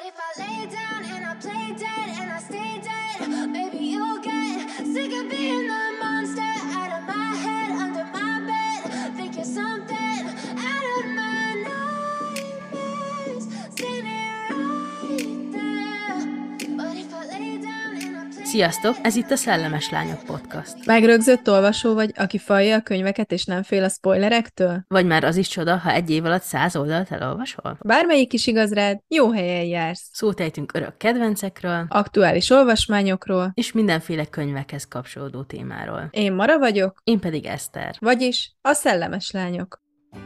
if I lay down and I play dead and I stay dead, maybe you'll get sick of being the monster out of my head, under my bed. Think you're something out of my nightmares, standing right there. But if I lay down and I play. Sziasztok! Ez itt a Szellemes Lányok Podcast. Megrögzött olvasó vagy, aki falja a könyveket és nem fél a spoilerektől? Vagy már az is csoda, ha egy év alatt 100 oldalt elolvasol? Bármelyik is igaz rád, jó helyen jársz. Szót ejtünk örök kedvencekről, Aktuális olvasmányokról. és mindenféle könyvekhez kapcsolódó témáról. Én Mara vagyok, Én pedig Eszter. vagyis a Szellemes Lányok.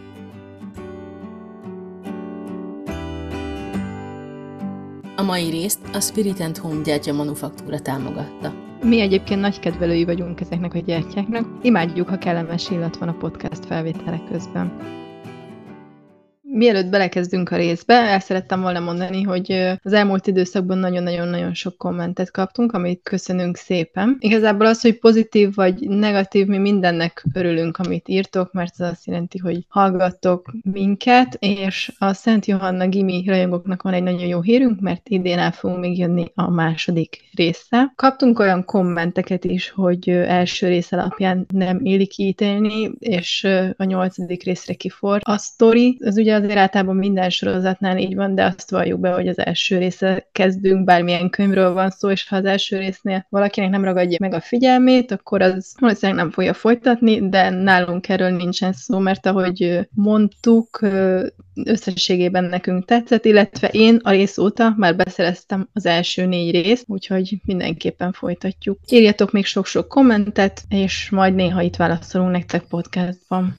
A mai részt a Spirit & Home gyertya manufaktúra támogatta. Mi egyébként nagy kedvelői vagyunk ezeknek a gyertyáknak. Imádjuk, ha kellemes illat van a podcast felvételek közben. Mielőtt belekezdünk a részbe, el szerettem volna mondani, hogy az elmúlt időszakban nagyon-nagyon-nagyon sok kommentet kaptunk, amit köszönünk szépen. Igazából az, hogy pozitív vagy negatív, mi mindennek örülünk, amit írtok, mert ez azt jelenti, hogy hallgattok minket, és a Szent Johanna Gimi rajongóknak van egy nagyon jó hírünk, mert idén el fogunk még jönni a második résszel. Kaptunk olyan kommenteket is, hogy első rész alapján nem élik ítélni, és a 8. részre kifor a sztori. Ez ugye azért általában minden sorozatnál így van, de azt valljuk be, hogy az első része kezdünk, bármilyen könyvről van szó, és ha az első résznél valakinek nem ragadja meg a figyelmét, akkor az valószínűleg nem fogja folytatni, de nálunk erről nincsen szó, mert ahogy mondtuk, összességében nekünk tetszett, illetve én a rész óta már beszereztem az első 4 részt, úgyhogy mindenképpen folytatjuk. Írjatok még sok-sok kommentet, és majd néha itt válaszolunk nektek podcastban.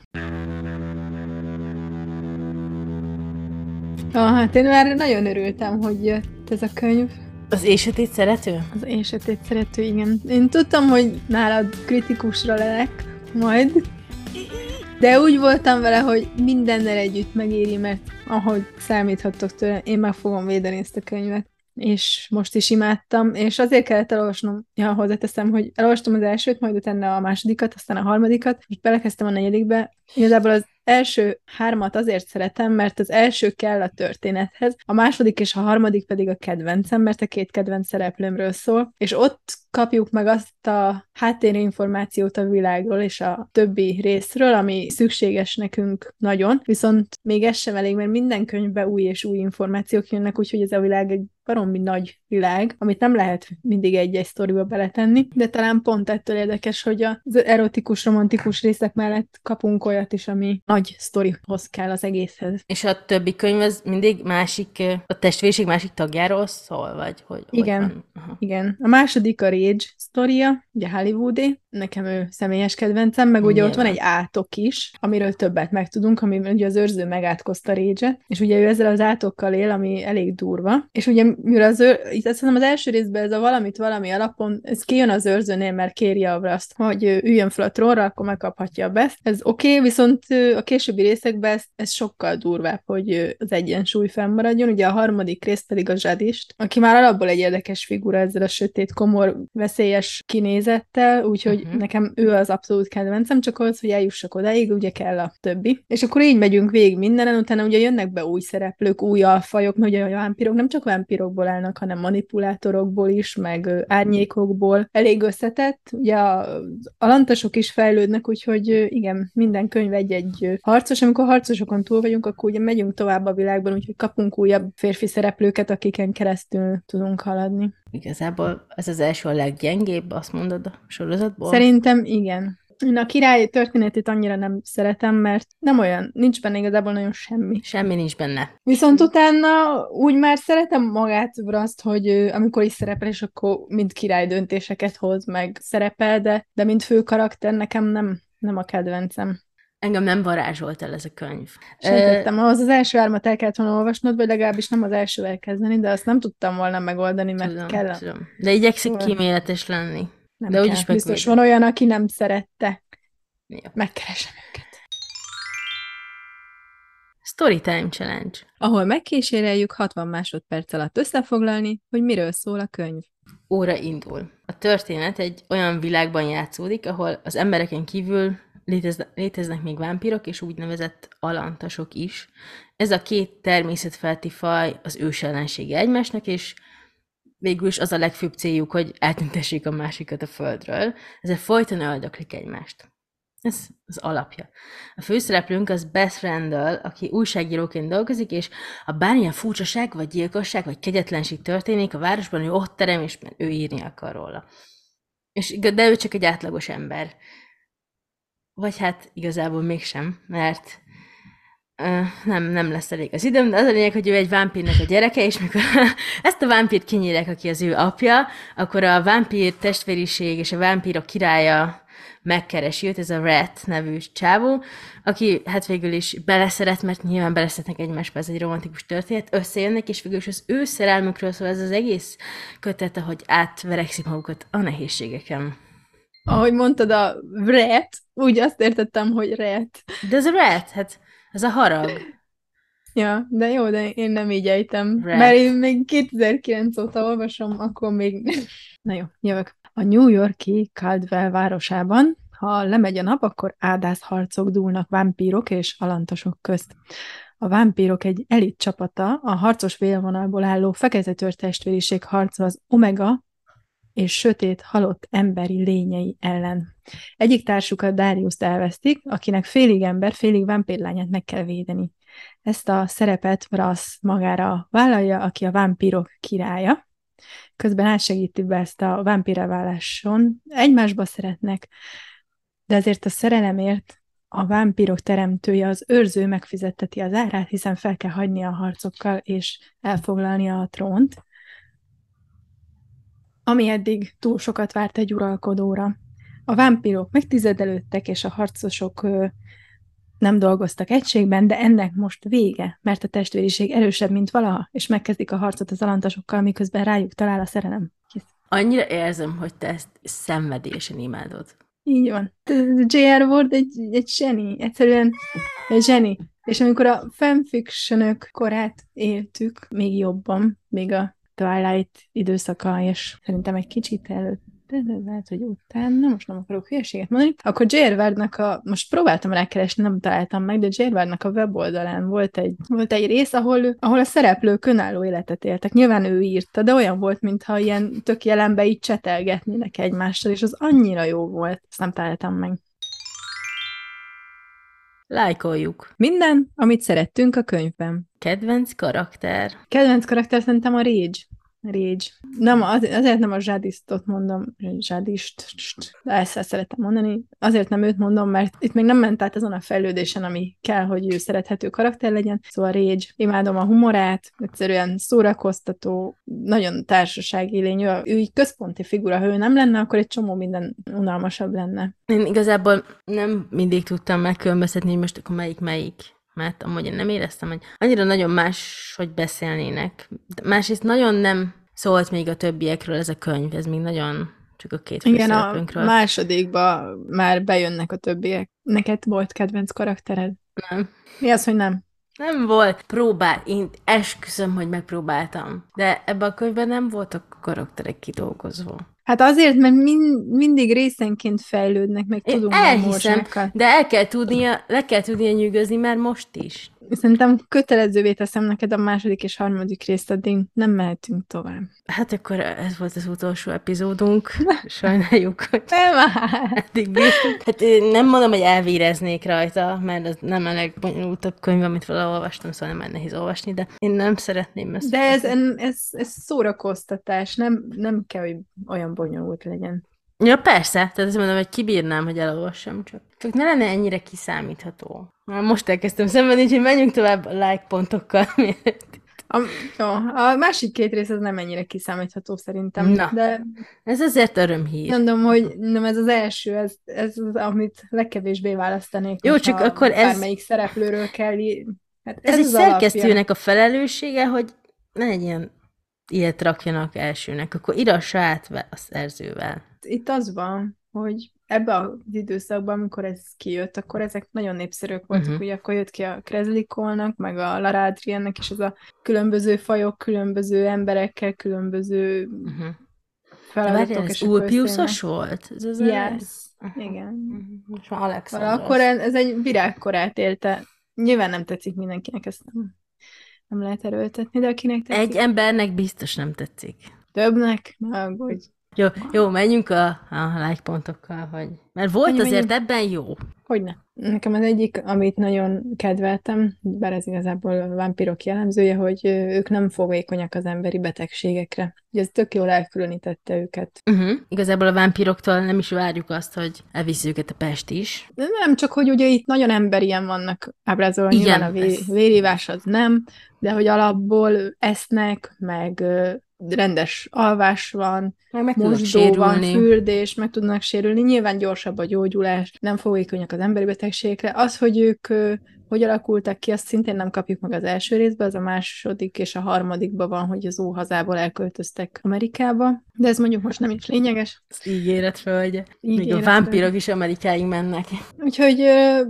Hát én már nagyon örültem, hogy jött ez a könyv. Az Éjsötét szerető? Az Én sötét szerető, igen. Én tudtam, hogy nálad kritikusra lelek majd, de úgy voltam vele, hogy mindennel együtt megéri, mert ahogy számíthattok tőle, én meg fogom védeni ezt a könyvet. És most is imádtam, és azért kellett elolvasnom, hozzáteszem, hogy elolvastam az elsőt, majd utána a másodikat, aztán a harmadikat, és belekezdtem a 4. Igazából az első 3 azért szeretem, mert az első kell a történethez, a második és a harmadik pedig a kedvencem, mert a 2 kedvenc szereplőmről szól, és ott kapjuk meg azt a háttérinformációt a világról és a többi részről, ami szükséges nekünk nagyon, viszont még ez sem elég, mert minden könyvben új és új információk jönnek, úgyhogy ez a világ egy baromi nagy világ, amit nem lehet mindig egy-egy sztoriba beletenni, de talán pont ettől érdekes, hogy az erotikus, romantikus részek mellett kapunk olyat is, ami nagy sztorihoz kell az egészhez. És a többi könyv az mindig másik, a testvérség másik tagjáról szól, vagy hogy Igen, van? Aha. igen. A második a Rage sztoria, ugye Hollywoodé, nekem ő személyes kedvencem, meg ugye ott van egy átok is, amiről többet megtudunk, ami ugye az őrző megátkozta Rage-et, és ugye ő ezzel az átokkal él, ami elég durva, és ugye mivel itt azt hiszem az első részben ez a valami alapon, ez kijön az őrzőnél, mert kéri azt, hogy üljön fel a trónra, akkor megkaphatja a best. Ez oké, viszont a későbbi részekben ez sokkal durvább, hogy az egyensúly fennmaradjon. Ugye a harmadik rész pedig a zsadist, aki már alapból egy érdekes figura ezzel a sötét, komor, veszélyes kinézettel, úgyhogy nekem ő az abszolút kedvencem, csak az, hogy eljussak odáig, ugye kell a többi. És akkor így megyünk végig mindenen, utána ugye jönnek be új szereplők, új alfajok, ugye a vámpírok nem csak vámpírokból állnak, hanem manipulátorokból is, meg árnyékokból. Elég összetett, ugye a lantasok is fejlődnek, úgyhogy igen, minden könyv egy-egy harcos. Amikor harcosokon túl vagyunk, akkor ugye megyünk tovább a világban, úgyhogy kapunk újabb férfi szereplőket, akiken keresztül tudunk haladni. Igazából ez az első a leggyengébb, azt mondod a sorozatból? Szerintem igen. Én a király történetét annyira nem szeretem, mert nem olyan, nincs benne igazából nagyon semmi. Semmi nincs benne. Viszont utána úgy már szeretem magát azt, hogy amikor is szerepel, és akkor mind király döntéseket hoz, meg szerepel, de mint fő karakter nekem nem a kedvencem. Engem nem varázsolt el ez a könyv. Sejtettem, ahhoz az első 3 el kellett volna olvasnod, vagy legalábbis nem az elsővel kezdeni, de azt nem tudtam volna megoldani, mert kell. Tudom. De igyekszik kíméletes lenni. Nem de kell. úgyis Biztos van olyan, aki nem szerette. Jó. Megkeresem őket. Storytime Challenge. Ahol megkíséreljük 60 másodperc alatt összefoglalni, hogy miről szól a könyv. Óra indul. A történet egy olyan világban játszódik, ahol az embereken kívül léteznek még vámpírok, és úgynevezett alantasok is. Ez a két természetfeletti faj az ősellensége egymásnak, és végül is az a legfőbb céljuk, hogy eltüntessék a másikat a földről. Ezzel folyton öldöklik egymást. Ez az alapja. A főszereplőnk az Beth Randall, aki újságíróként dolgozik, és ha bármilyen furcsaság, vagy gyilkosság, vagy kegyetlenség történik a városban, ő ott terem, és ő írni akar róla. De ő csak egy átlagos ember. Vagy hát igazából mégsem, mert nem lesz elég az időm, de az a lényeg, hogy ő egy vámpírnak a gyereke, és mikor ezt a vámpírt kinyírják, aki az ő apja, akkor a vámpír testvériség és a vámpírok királya megkeresi őt, ez a Rat nevű csávó, aki hát végül is beleszeret, mert nyilván beleszeretnek egymásba, ez egy romantikus történet, összejönnek, és végül is az ő szerelmükről szól ez az egész kötet, ahogy átverekszik magukat a nehézségeken. Ahogy mondtad a Rat, úgy azt értettem, hogy Rat. De ez a Rat, hát ez a harag. Ja, de jó, de én nem így ejtem. Rat. Mert én még 2009 óta olvasom, akkor még... Na jó, jövök. A New York-i Caldwell városában, ha lemegy a nap, akkor ádászharcok dúlnak vámpírok és alantasok közt. A vámpírok egy elit csapata, a harcos vélvonalból álló fekete törtestvériség harcol az Omega és sötét, halott emberi lényei ellen. Egyik társukat, Dariust elvesztik, akinek félig ember, félig vámpírlányát meg kell védeni. Ezt a szerepet Brass magára vállalja, aki a vámpírok királya. Közben átsegíti be ezt a vámpírelváláson. Egymásba szeretnek, de ezért a szerelemért a vámpírok teremtője, az őrző megfizetteti az árát, hiszen fel kell hagynia a harcokkal és elfoglalnia a trónt, ami eddig túl sokat várt egy uralkodóra. A vámpírok megtizedelődtek, és a harcosok nem dolgoztak egységben, de ennek most vége, mert a testvériség erősebb, mint valaha, és megkezdik a harcot az alantasokkal, miközben rájuk talál a szerelem. Kész. Annyira érzem, hogy te ezt szenvedélyesen imádod. Így van. J.R. Ward egy zseni, egyszerűen egy zseni. És amikor a fanfictionök korát éltük, még jobban, még a Twilight időszaka, és szerintem egy kicsit előtt, de lehet, hogy utána, most nem akarok hülyeséget mondani, akkor J.R. Wardnak most próbáltam rákeresni, nem találtam meg, de J.R. Wardnak a weboldalán volt egy rész, ahol a szereplők önálló életet éltek. Nyilván ő írta, de olyan volt, mintha ilyen tök jelenbe így csetelgetnének egymással, és az annyira jó volt. Ezt nem találtam meg. Lájkoljuk. Minden, amit szerettünk a könyvben. Kedvenc karakter. Kedvenc karakter szerintem a Rage. Nem, azért nem a Zsadistot mondom, Zsadist, de ezt szeretem mondani. Azért nem őt mondom, mert itt még nem ment át azon a fejlődésen, ami kell, hogy ő szerethető karakter legyen. Szóval Rage. Imádom a humorát, egyszerűen szórakoztató, nagyon társasági lény. Ő így központi figura, ha ő nem lenne, akkor egy csomó minden unalmasabb lenne. Én igazából nem mindig tudtam megkülönböztetni, hogy most akkor melyik. Mert amúgy én nem éreztem, hogy annyira nagyon más, hogy beszélnének. Másrészt nagyon nem szólt még a többiekről ez a könyv, ez még nagyon csak a két főszereplőnkről. Igen, a másodikba már bejönnek a többiek. Neked volt kedvenc karaktered? Nem. Mi az, hogy nem? Nem volt. Én esküszöm, hogy megpróbáltam. De ebben a könyvben nem voltak karakterek kidolgozva. Hát azért, mert mindig részenként fejlődnek, meg tudunk elhiszem, de le kell tudnia nyűgözni már most is. Szerintem kötelezővé teszem neked a második és harmadik részt, addig nem mehetünk tovább. Hát akkor ez volt az utolsó epizódunk. Sajnáljuk, hogy nem eddig bírtuk. Hát én nem mondom, hogy elvéreznék rajta, mert ez nem a legbonyolultabb könyv, amit valahol olvastam, szóval nem nehéz olvasni, de én nem szeretném ezt. De ez szórakoztatás, nem kell, hogy olyan bonyolult legyen. Ja, persze, tehát azt mondom, hogy kibírnám, hogy elolvassam csak ne lenne ennyire kiszámítható. Most elkezdtem szenvedni, úgyhogy menjünk tovább a like pontokkal. A másik két rész az nem ennyire kiszámítható szerintem. Na, de ez azért örömhír. Mondom, hogy nem, ez az első, ez az, amit legkevésbé választanék. Jó, csak akkor ez... Bármelyik szereplőről kell hát ez egy szerkesztőnek a felelőssége, hogy ne egy ilyet rakjanak elsőnek, akkor írassa át a szerzővel. Itt az van, hogy ebben az időszakban, amikor ez kijött, akkor ezek nagyon népszerűek voltak, ugye akkor jött ki a Krezlikolnak, meg a Lara Adriennek is ez a különböző fajok, különböző emberekkel, különböző feladatok, Várjál, ez és akkor Ulpiusos volt? Ez az Yes, igen. Most már Vala Alexandros. akkor ez egy virágkorát élte. Nyilván nem tetszik mindenkinek, ezt nem lehet erőltetni, de akinek tetszik. Egy embernek biztos nem tetszik. Többnek, ne aggódj. Jó, menjünk a like pontokkal, hogy... Mert volt Menjünk, azért menjünk. ebben jó. Hogyne. Nekem az egyik, amit nagyon kedveltem, bár ez igazából a vámpírok jellemzője, hogy ők nem fogékonyak az emberi betegségekre. Ugye ez tök jól elkülönítette őket. Igazából a vámpiroktól nem is várjuk azt, hogy elviszi őket a pest is. De nem csak, hogy ugye itt nagyon emberien vannak ábrázolva, Igen, nyilván a ez- vérívás az nem, de hogy alapból esznek, meg rendes alvás van, Meg tudnak mosdó van, sérülni. fürdés, meg tudnak sérülni, nyilván gyorsabb a gyógyulás, nem fogékonyak az emberi betegségekre. Az, hogy ők hogy alakultak ki, azt szintén nem kapjuk meg az első részben, az a második és a harmadikban van, hogy az óhazából elköltöztek Amerikába, de ez mondjuk most nem is lényeges. Ez ígéret földje. Még a Ígéret vámpirok is Amerikáig mennek. Úgyhogy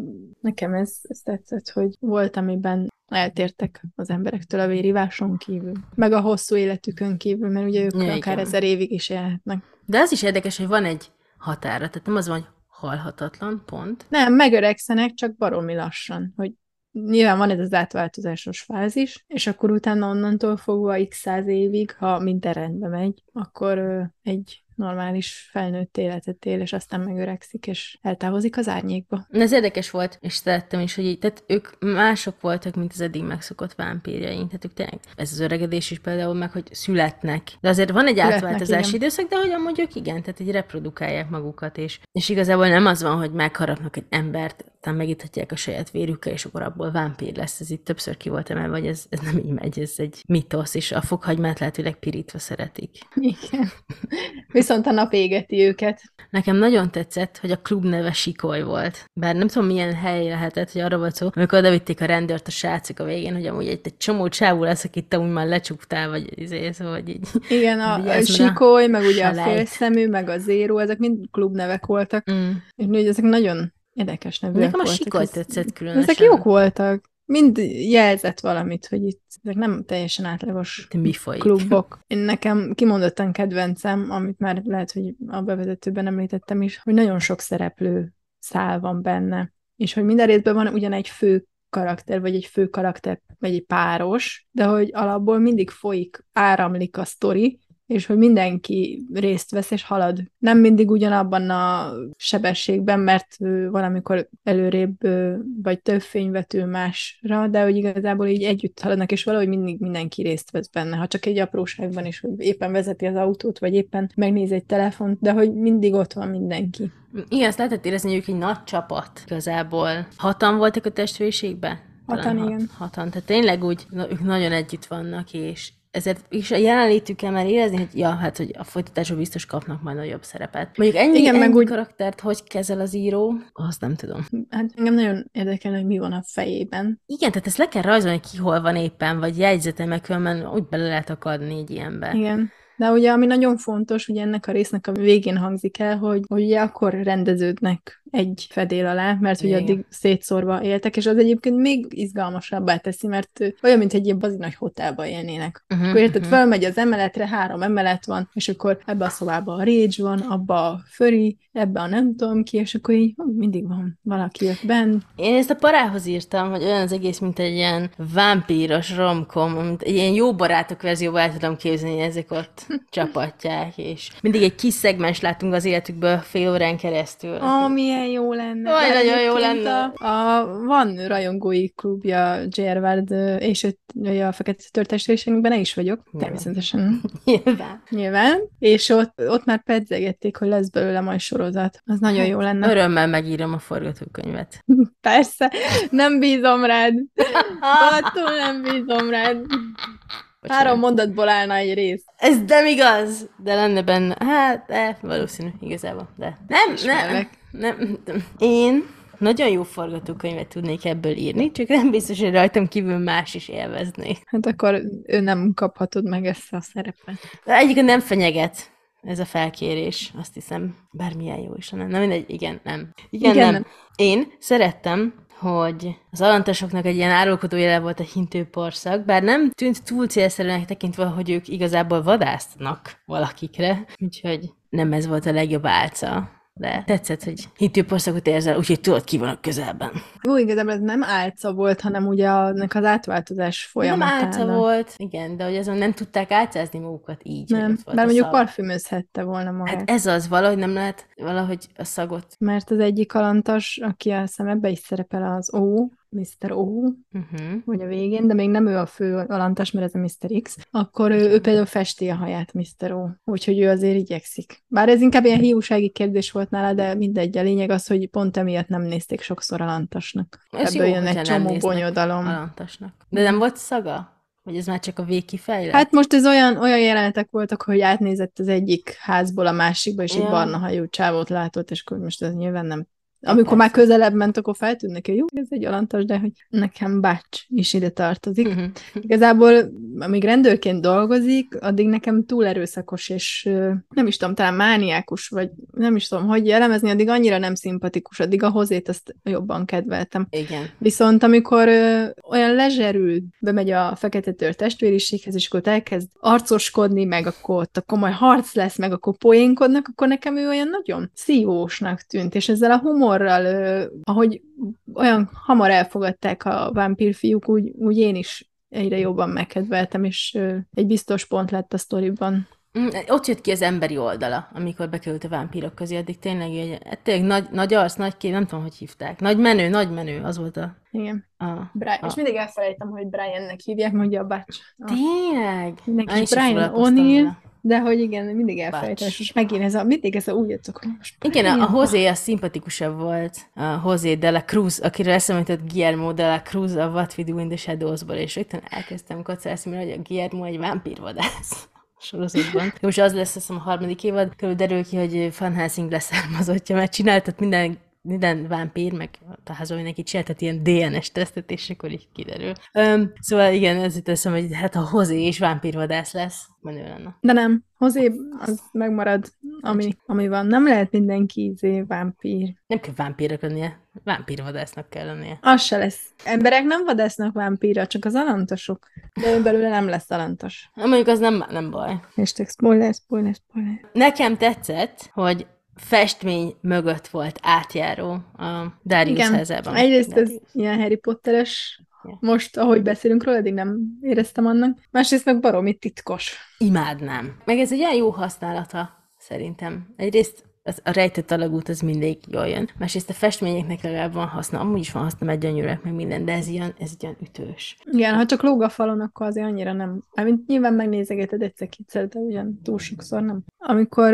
nekem ez tetszett, hogy volt, amiben eltértek az emberektől a véríváson kívül, meg a hosszú életükön kívül, mert ugye ők Ja, akár igen. 1000 évig is élhetnek. De az is érdekes, hogy van egy határa. Tehát nem az van, hogy halhatatlan, pont. Nem, megöregszenek, csak baromi lassan, hogy nyilván van ez az átváltozásos fázis, és akkor utána onnantól fogva x 100 évig, ha minden rendben megy, akkor egy normális felnőtt életet él, és aztán megöregszik, és eltávozik az árnyékba. Ez érdekes volt, és szerettem is, hogy így, tehát ők mások voltak, mint az eddig megszokott vámpírjaink. Tehát ők tényleg, ez az öregedés is például meg, hogy születnek. De azért van egy Születnek, átváltozási igen. időszak, de hogy amúgy ők igen, tehát így reprodukálják magukat, és igazából nem az van, hogy megharapnak egy embert, aztán megithatják a saját vérükkel, és akkor abból vámpír lesz. Ez itt többször ki volt emelve, vagy ez nem így megy, ez egy mitosz, és a fokhagymát lehetőleg pirítva szeretik. Igen. Viszont a nap égeti őket. Nekem nagyon tetszett, hogy a klub neve Sikoly volt. Bár nem tudom, milyen hely lehetett, hogy arra volt szó, amikor odavitték a rendőrt a srácok a végén, hogy amúgy egy csomó csávú lesz, akit te úgy már lecsuktál, vagy szóval, hogy így. Igen, a Vigyázz, mert a Sikoly, meg ugye a selejt. Félszemű, meg a Zéró, ezek mind klubnevek voltak. Mm. És ugye ezek nagyon érdekes nevűek Nekem a voltak. Sikoly Ez- tetszett különösen. Ezek jók voltak. Mind jelzett valamit, hogy itt ezek nem teljesen átlagos Mi folyik? klubok. Én nekem kimondottan kedvencem, amit már lehet, hogy a bevezetőben említettem is, hogy nagyon sok szereplő szál van benne. És hogy minden részben van ugyan egy fő karakter, vagy egy fő karakter, vagy egy páros, de hogy alapból mindig folyik, áramlik a sztori, és hogy mindenki részt vesz és halad. Nem mindig ugyanabban a sebességben, mert valamikor előrébb vagy több fény vetül másra, de hogy igazából így együtt haladnak, és valahogy mindig mindenki részt vesz benne. Ha csak egy apróságban is, hogy éppen vezeti az autót, vagy éppen megnéz egy telefont, de hogy mindig ott van mindenki. Igen, ezt lehetett érezni, hogy ők egy nagy csapat igazából. Hatan voltak a testvériségben? Hatan, igen. Hatan, tehát tényleg úgy, ők nagyon együtt vannak, és ezért is a jelenlétükkel már érezni, hogy ja, hát, hogy a folytatásban biztos kapnak majd nagyobb szerepet. Mondjuk Igen, meg ennyi úgy- karaktert hogy kezel az író, azt nem tudom. Hát engem nagyon érdekel, hogy mi van a fejében. Igen, tehát ezt le kell rajzolni, ki hol van éppen, vagy jegyzetemek, különben úgy bele lehet akadni egy ilyenbe. Igen. De ugye, ami nagyon fontos, ugye ennek a résznek a végén hangzik el, hogy ugye akkor rendeződnek egy fedél alá, mert ugye Igen. addig szétszórva éltek, és az egyébként még izgalmasabbá teszi, mert olyan, mint egy ilyen bazi nagy hotelba élnének. Akkor érted, fölmegy az emeletre, 3 emelet van, és akkor ebbe a szobába a Rage van, abba a Föri, ebbe a nem tudom ki, és akkor így mindig van valaki ott benn. Én ezt a parához írtam, hogy olyan az egész, mint egy ilyen vámpíros romkom, mint egy ilyen jó barátok verzióban el tudom képzelni, hogy ezek ott csapatják, és mindig egy kis szegmens látunk az életükből fél órán keresztül. Milyen jó lenne. Aj, De nagyon jó egyébként lenne. van rajongói klubja J.R. Ward és a Fekete Törtestérésekben is vagyok, természetesen. Nyilván. És ott már pedzegették, hogy lesz belőle majd sorozat. Az nagyon jó lenne. Örömmel megírom a forgatókönyvet. Persze, nem bízom rád. Attól nem bízom rád. 3 mondatból állna egy rész. Ez nem igaz, de lenne benne. Hát, valószínű, igazából, de. Nem. Ismerlek. Én nagyon jó forgatókönyvet tudnék ebből írni, csak nem biztos, hogy rajtam kívül más is élvezné. Hát akkor ő nem kaphatod meg ezt a szerepet. De egyébként nem fenyeget ez a felkérés, azt hiszem, bármilyen jó is lenne. Na mindegy, igen, nem. Igen, nem. Én szerettem, hogy az alantasoknak egy ilyen árulkodó jele volt a hintőporszak, bár nem tűnt túl célszerűnek tekintve, hogy ők igazából vadásznak valakikre, úgyhogy nem ez volt a legjobb álca. De tetszett, hogy hintőporszakot érzel, úgyhogy tudod, ki van a közelben. Jó, igazából ez nem álca volt, hanem ugye annak az átváltozás folyamatának. Nem álca volt, igen, de hogy azon nem tudták álcázni magukat így. Nem, bár mondjuk parfümözhette volna magát. Hát ez az, valahogy nem lehet valahogy a szagot. Mert az egyik alantas, aki azt hiszem ebbe is szerepel az O, Mr. O, vagy a végén, de még nem ő a fő alantas, mert ez a Mr. X, akkor ő például festi a haját, Mr. O. Úgyhogy ő azért igyekszik. Bár ez inkább ilyen hiúsági kérdés volt nála, de mindegy, a lényeg az, hogy pont emiatt nem nézték sokszor alantasnak. Ez ebből jó, jön egy csomó bonyodalom. Alantasnak. De nem volt szaga? Vagy ez már csak a végkifejlet? Hát most ez olyan jelenetek voltak, hogy átnézett az egyik házból a másikba, és egy barna hajú csávót látott, és akkor most ez nyilván nem. Amikor már közelebb ment, akkor feltűnt neki, hogy jó, ez egy alantas, de hogy nekem bács is ide tartozik. Igazából, amíg rendőrként dolgozik, addig nekem túl erőszakos, és nem is tudom, talán mániákus, vagy nem is tudom, hogy jellemezni, addig annyira nem szimpatikus, addig a Hozét azt jobban kedveltem. Igen. Viszont amikor olyan lezserül, bemegy a Fekete Tőr testvériséghez, és akkor elkezd arcoskodni, meg akkor ott a komoly harc lesz, meg akkor poénkodnak, akkor nekem ő olyan nagyon szívósnak tűnt, és ezzel a humorral, ahogy olyan hamar elfogadták a vámpírfiúk, úgy én is egyre jobban megkedveltem, és egy biztos pont lett a sztoriban. Ott jött ki az emberi oldala, amikor bekerült a vámpírok közé, addig tényleg nagy arc, nagy kép, nem tudom, hogy hívták. Nagy menő, az volt a... Igen. És mindig elfelejtem, hogy Briannek hívják, mondja a bács. Tényleg? Mindenki is Brian O'Neill, de hogy igen, mindig elfelejtem, és most megint mindig ez úgy jöttök, hogy most igen, a José az szimpatikusabb volt, a José de la Cruz, akiről eszembe jutott Guillermo de la Cruz a What We Do in the Shadows-ból, és rögtön elkezdtem kocászni, mert a Guillermo egy vámpírvadász sorozatban. Most az lesz, azt hiszem, a 3. évad, körül derül ki, hogy Van Helsing leszármazottja, mert csináltat minden vámpír, meg a házban neki csináltat ilyen DNS tesztet, és akkor így kiderül. Szóval igen, ez itt eszem, hogy hát a Hozé is vámpírvadász lesz, menő lenne. De nem, Hozé az megmarad, ami van. Nem lehet mindenki vámpír. Nem kell vámpírnak lennie, vámpírvadásznak kell lennie. Az se lesz. Emberek nem vadásznak vámpírra, csak az alantosok. De ő belőle nem lesz alantos. Mondjuk az nem baj. Hashtag spoiler. Nekem tetszett, hogy festmény mögött volt átjáró a Darius házában. Egyrészt ez ilyen Harry Potteres, most, ahogy beszélünk róla, eddig nem éreztem annak. Másrészt meg baromi titkos. Imádnám. Meg ez egy olyan jó használata, szerintem. Egyrészt a rejtett alagút az mindig jól jön. Másrészt a festményeknek legalább van haszna. Amúgy is van haszna, mert gyönyörűek, meg minden, de ez ilyen ütős. Igen, ha csak lóg a falon, akkor azért annyira nem. Amint nyilván megnézegeted egyszer-kétszer, de ugyan túl sokszor nem. Amikor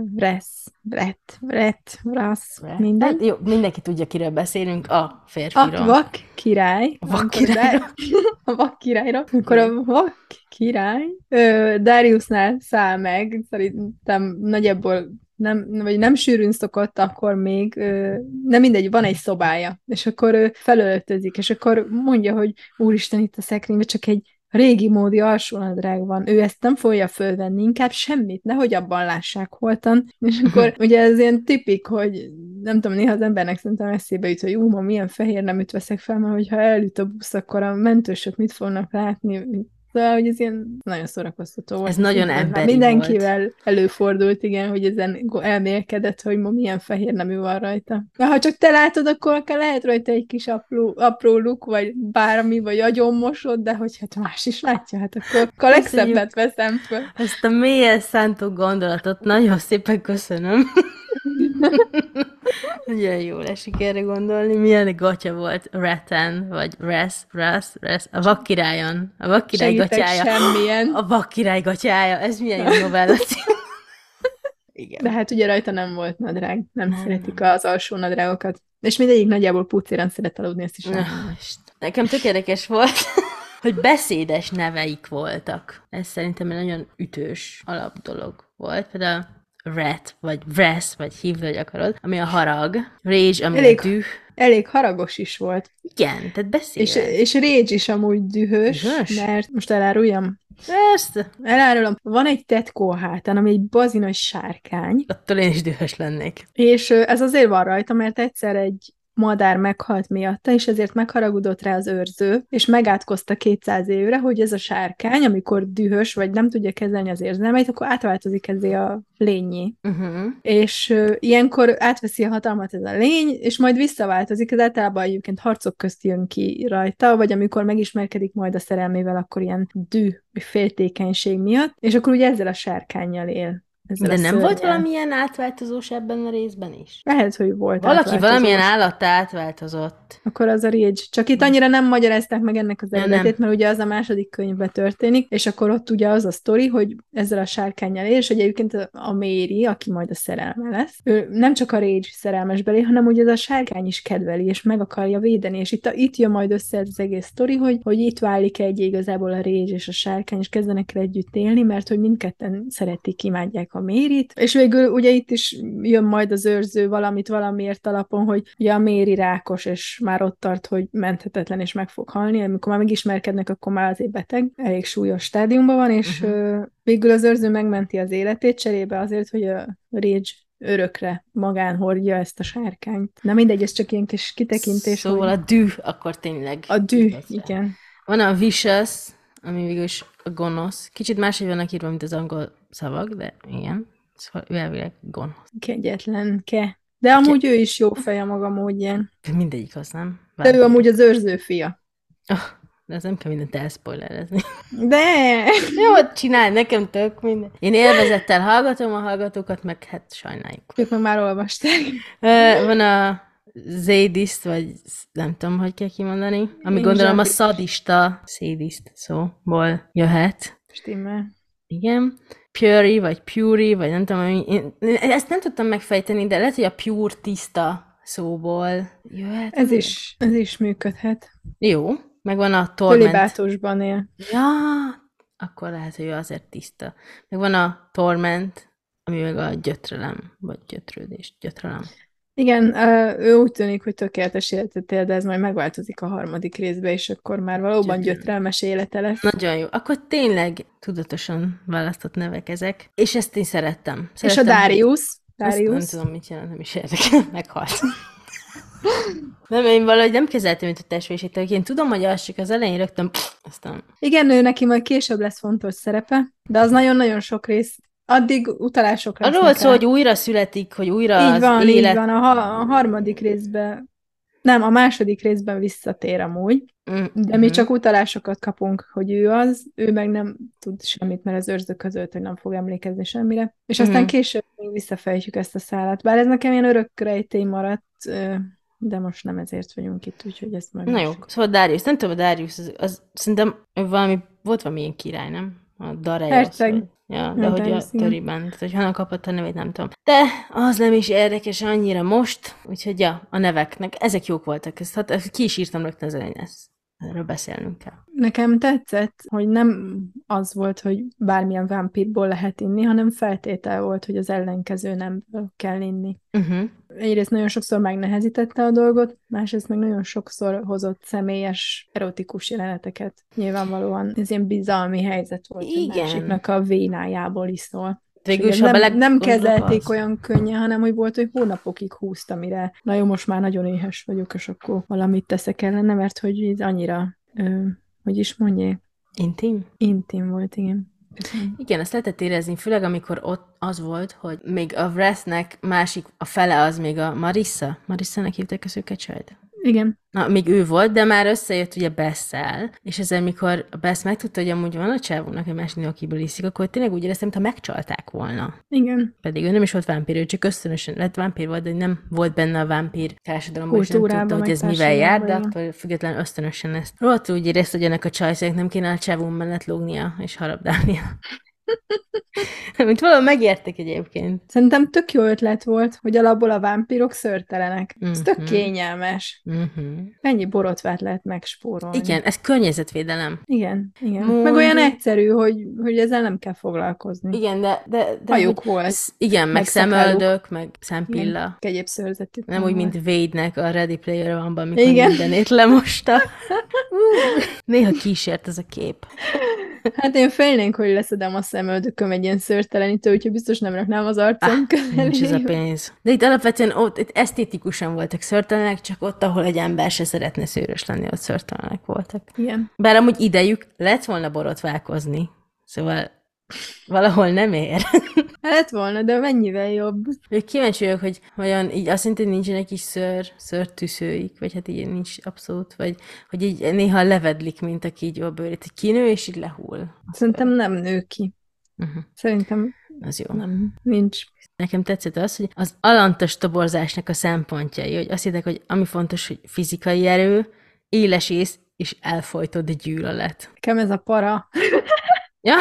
minden. Hát jó, mindenki tudja, kiről beszélünk, a férfiról. A vak király. A vak királyra. Amikor a vak király Dariusnál száll meg, szerintem nagyjából nem sűrűn szokott, akkor még nem mindegy, van egy szobája, és akkor felöltözik, és akkor mondja, hogy úristen, itt a szekrényben csak egy régi módi alsónadrág van. Ő ezt nem fogja fölvenni, inkább semmit, nehogy abban lássák holtan. És akkor ugye ez ilyen tipik, hogy nem tudom, néha az embernek szerintem eszébe jut, hogy ma milyen fehér neműt veszek fel, mert hogyha elüt a busz, akkor a mentősök mit fognak látni. Szóval, hogy ez ilyen nagyon szórakoztató volt. Ez nagyon emberi mindenkivel volt. Előfordult, igen, hogy ezen elmélkedett, hogy ma milyen fehér nemű van rajta. De ha csak te látod, akkor lehet rajta egy kis apró luk, vagy bármi, vagy agyonmosod, de hogy hát más is látja, hát akkor a legszebbet veszem fel. Ezt a mélyen szántó gondolatot nagyon szépen köszönöm. Nagyon jól esik erre gondolni. Milyen gatya volt Rattan, vagy Res, a vakkirályon. A vakkirály gatyája. Semmilyen. A vakkirály gatyája. Ez milyen jó novella cím. Igen. De hát ugye rajta nem volt nadrág. Nem szeretik az alsó nadrágokat. És mindegyik nagyjából pucéran szeret aludni, ezt is Nekem tök érdekes volt, hogy beszédes neveik voltak. Ez szerintem egy nagyon ütős alapdolog volt. Például Rat, vagy Vress, vagy hívd, hogy akarod, ami a harag, Rage, ami a düh. Elég haragos is volt. Igen, tehát beszél. És Rage is amúgy dühös, mert most eláruljam. Persze. Elárulom. Van egy tetkó a hátán, ami egy bazinos sárkány. Attól én is dühös lennék. És ez azért van rajta, mert egyszer egy madár meghalt miatta, és ezért megharagudott rá az őrző, és megátkozta 200 évre, hogy ez a sárkány, amikor dühös, vagy nem tudja kezelni az érzelmeit, akkor átváltozik ezé a lényé. És ilyenkor átveszi a hatalmat ez a lény, és majd visszaváltozik, ez általában egyébként harcok közt jön ki rajta, vagy amikor megismerkedik majd a szerelmével, akkor ilyen düh, vagy féltékenység miatt, és akkor ugye ezzel a sárkánnyal él. De nem volt valamilyen átváltozós ebben a részben is? Lehet, hogy volt valaki valamilyen állattá átváltozott. Akkor az a Rage. Csak itt annyira nem magyarázták meg ennek az eredetét, mert ugye az a második könyvben történik, és akkor ott ugye az a sztori, hogy ezzel a sárkánnyal él, és hogy egyébként a Mary, aki majd a szerelme lesz, ő nem csak a Rage szerelmes belé, hanem ugye ez a sárkány is kedveli, és meg akarja védeni, és itt jön majd össze ez az egész sztori, hogy itt válik egy igazából a Rage és a sárkány, és kezdenek el együtt élni, mert hogy mindketten szeretik, imádják a Mérit, és végül ugye itt is jön majd az őrző valamiért alapon, hogy ugye a Méri rákos, és már ott tart, hogy menthetetlen, és meg fog halni, amikor már megismerkednek, akkor már azért beteg, elég súlyos stádiumban van, és végül az őrző megmenti az életét cserébe azért, hogy a Rage örökre magán hordja ezt a sárkányt. Na mindegy, ez csak ilyen kis kitekintés. Szóval hogy... a düh, akkor tényleg. A düh, igen. Van a vicious, ami végül is a gonosz. Kicsit máshogy vannak írva, mint az angol szavak, de igen. Szóval elvileg gonosz. Kegyetlen, De amúgy ő is jó fej a maga módján. Mindegyik az, nem? De ő amúgy az őrző fia. De ez nem kell mindent elszpoilerezni. De! Jó, csinálj, nekem tök minden. Én élvezettel hallgatom a hallgatókat, meg hát sajnáljuk. Ők meg már olvasták. Van a Sadist, vagy nem tudom, hogy kell kimondani, ami én gondolom a szadista, sadist szóból jöhet. Stimmel. Igen. Puri, vagy nem tudom, én ezt nem tudtam megfejteni, de lehet, hogy a pure tiszta szóból jöhet. Ez is működhet. Jó, meg van a torment. Tölibátusban él. Ja, akkor lehet, hogy ő azért tiszta. Meg van a torment, ami meg a gyötrelem, vagy gyötrelem. Igen, ő úgy tűnik, hogy tökéletes életet él, de ez majd megváltozik a harmadik részbe, és akkor már valóban gyötrelmes élete lesz. Nagyon jó. Akkor tényleg tudatosan választott nevek ezek. És ezt én szerettem. És a Darius. Nem tudom, mit jelent, nem is érdekel. Meghalt. Nem, én valahogy nem kezeltem, mint a testvérségtől. Én tudom, hogy az csak az elején rögtön aztán... Igen, ő neki majd később lesz fontos szerepe, de az nagyon-nagyon sok rész. Addig utalások lesznek. Arról szól, hogy újra születik, hogy újra így az van, élet... Így van, a harmadik részben, nem, a második részben visszatér amúgy, de mi csak utalásokat kapunk, hogy ő az, ő meg nem tud semmit, mert az őrző közölt, hogy nem fog emlékezni semmire. És aztán később még visszafejtjük ezt a szálat. Bár ez nekem ilyen örök rejtély maradt, de most nem ezért vagyunk itt, úgyhogy ezt majd... Na jó, szóval Darius, nem tudom, a Darius, az szerintem volt valami ilyen király, nem? A Dareios. Herceg. Ja, de hogy a Töriben, tehát hogy honnan kapott a nevét, nem tudom. De az nem is érdekes annyira most, úgyhogy ja, a neveknek, ezek jók voltak, ezt hát ki is írtam rögtön az elején, erről beszélnünk kell. Nekem tetszett, hogy nem az volt, hogy bármilyen vámpírból lehet inni, hanem feltétel volt, hogy az ellenkező nemből kell inni. Egyrészt nagyon sokszor megnehezítette a dolgot, másrészt meg nagyon sokszor hozott személyes, erotikus jeleneteket. Nyilvánvalóan ez ilyen bizalmi helyzet volt, hogy másiknak a vénájából iszol. Nem kezelték olyan könnyen, hanem hogy volt, hogy hónapokig húzta, mire na jó, most már nagyon éhes vagyok, és akkor valamit teszek ellene, mert hogy ez annyira, hogy is mondják? Intim volt, igen. Igen, azt lehetett érezni, főleg amikor ott az volt, hogy még a Wrathnek másik, a fele az még a Marissa. Marissának hívták az őket sajt? Igen. Na, még ő volt, de már összejött ugye Bessel, és ezzel mikor a Bess megtudta, hogy amúgy van a csávónak egy másik nő, akiből iszik, akkor tényleg úgy éreztem, mintha megcsalták volna. Igen. Pedig ő nem is volt vámpír, ő csak ösztönösen lett vámpír volt, de nem volt benne a vámpír társadalomban, és nem tudta, hogy ez mivel jár, de attól függetlenül ösztönösen ezt. Rohadtul úgy érezte, hogy ennek a csajszének nem kéne a csávón mellett lógnia és harabdálnia. Mint valahol megértek egyébként. Szerintem tök jó ötlet volt, hogy alapból a vámpírok szőrtelenek. Ez tök kényelmes. Ennyi borotvát lehet megspórolni. Igen, ez környezetvédelem. Igen. Meg olyan egyszerű, hogy ezzel nem kell foglalkozni. Igen, de hajuk volt. Igen, meg szemöldök, meg szempilla. Egyéb szőrzetük. Nem úgy, mint Wade-nek a Ready Player One-ban, mikor mindenét lemosta. Néha kísért ez a kép. Hát én félnénk, hogy leszedem a szemöldököm egy ilyen szőrtelenítő, úgyhogy biztos nem raknám az arcom Nincs ez a közé. pénz. De itt alapvetően ott itt esztétikusan voltak szőrtelenek, csak ott, ahol egy ember se szeretne szőrös lenni, ott szőrtelenek voltak. Igen. Bár amúgy idejük lett volna borotválkozni, szóval valahol nem ér. Lett volna, de mennyivel jobb. Még kíváncsi vagyok, hogy olyan, így azt jelenti, hogy nincsenek is szőrtűzőik, vagy hát így nincs abszolút, vagy hogy így néha levedlik, mint aki így a bőrét, hogy kinő, és így lehull. Szerintem nem nő ki. Uh-huh. Szerintem Az jó. nem, nincs. Nekem tetszett az, hogy az alantas toborzásnak a szempontjai, hogy azt hittek, hogy ami fontos, hogy fizikai erő, éles ész és elfojtott gyűlölet. Nekem ez a para. Ja,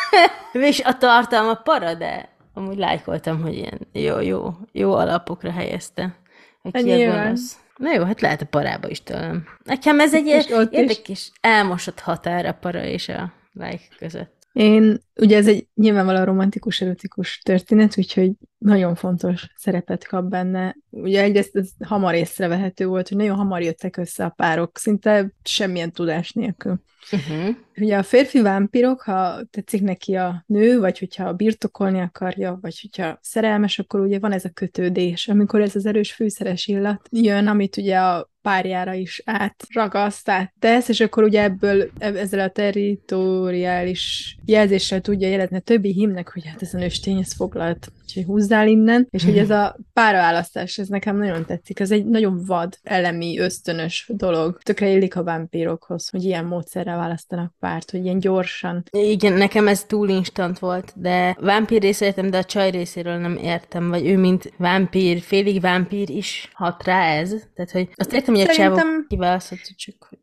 és a tartalma para, de amúgy lájkoltam, hogy ilyen jó alapokra helyezte. Hogy ki a Nyilván. gonosz. Na jó, hát lehet a parába is tőlem. Nekem ez egy És ott is. érdekes, elmosott határ a para és a like között. Ugye ez egy nyilvánvalóan romantikus, erotikus történet, úgyhogy nagyon fontos szerepet kap benne. Ugye egyrészt ez hamar észrevehető volt, hogy nagyon hamar jöttek össze a párok, szinte semmilyen tudás nélkül. Uh-huh. Ugye a férfi vámpirok, ha tetszik neki a nő, vagy hogyha birtokolni akarja, vagy hogyha szerelmes, akkor ugye van ez a kötődés, amikor ez az erős fűszeres illat jön, amit ugye a párjára is átragaszt, áttesz, és akkor ugye ezzel a territoriális jelzéssel tudja jelezni a többi hímnek, hogy hát ez a nőstény, ez foglalt, úgyhogy húzzál innen, és hogy ez a párválasztás, ez nekem nagyon tetszik, ez egy nagyon vad, elemi, ösztönös dolog. Tökre illik a vámpírokhoz, hogy ilyen módszerrel választanak párt, hogy ilyen gyorsan. Igen, nekem ez túl instant volt, de vámpír részéről értem, de a csaj részéről nem értem, vagy ő mint vámpír, félig vámpír is hat rá ez. Tehát, hogy azt értem, hogy a csávok kiválasztható, csak hogy...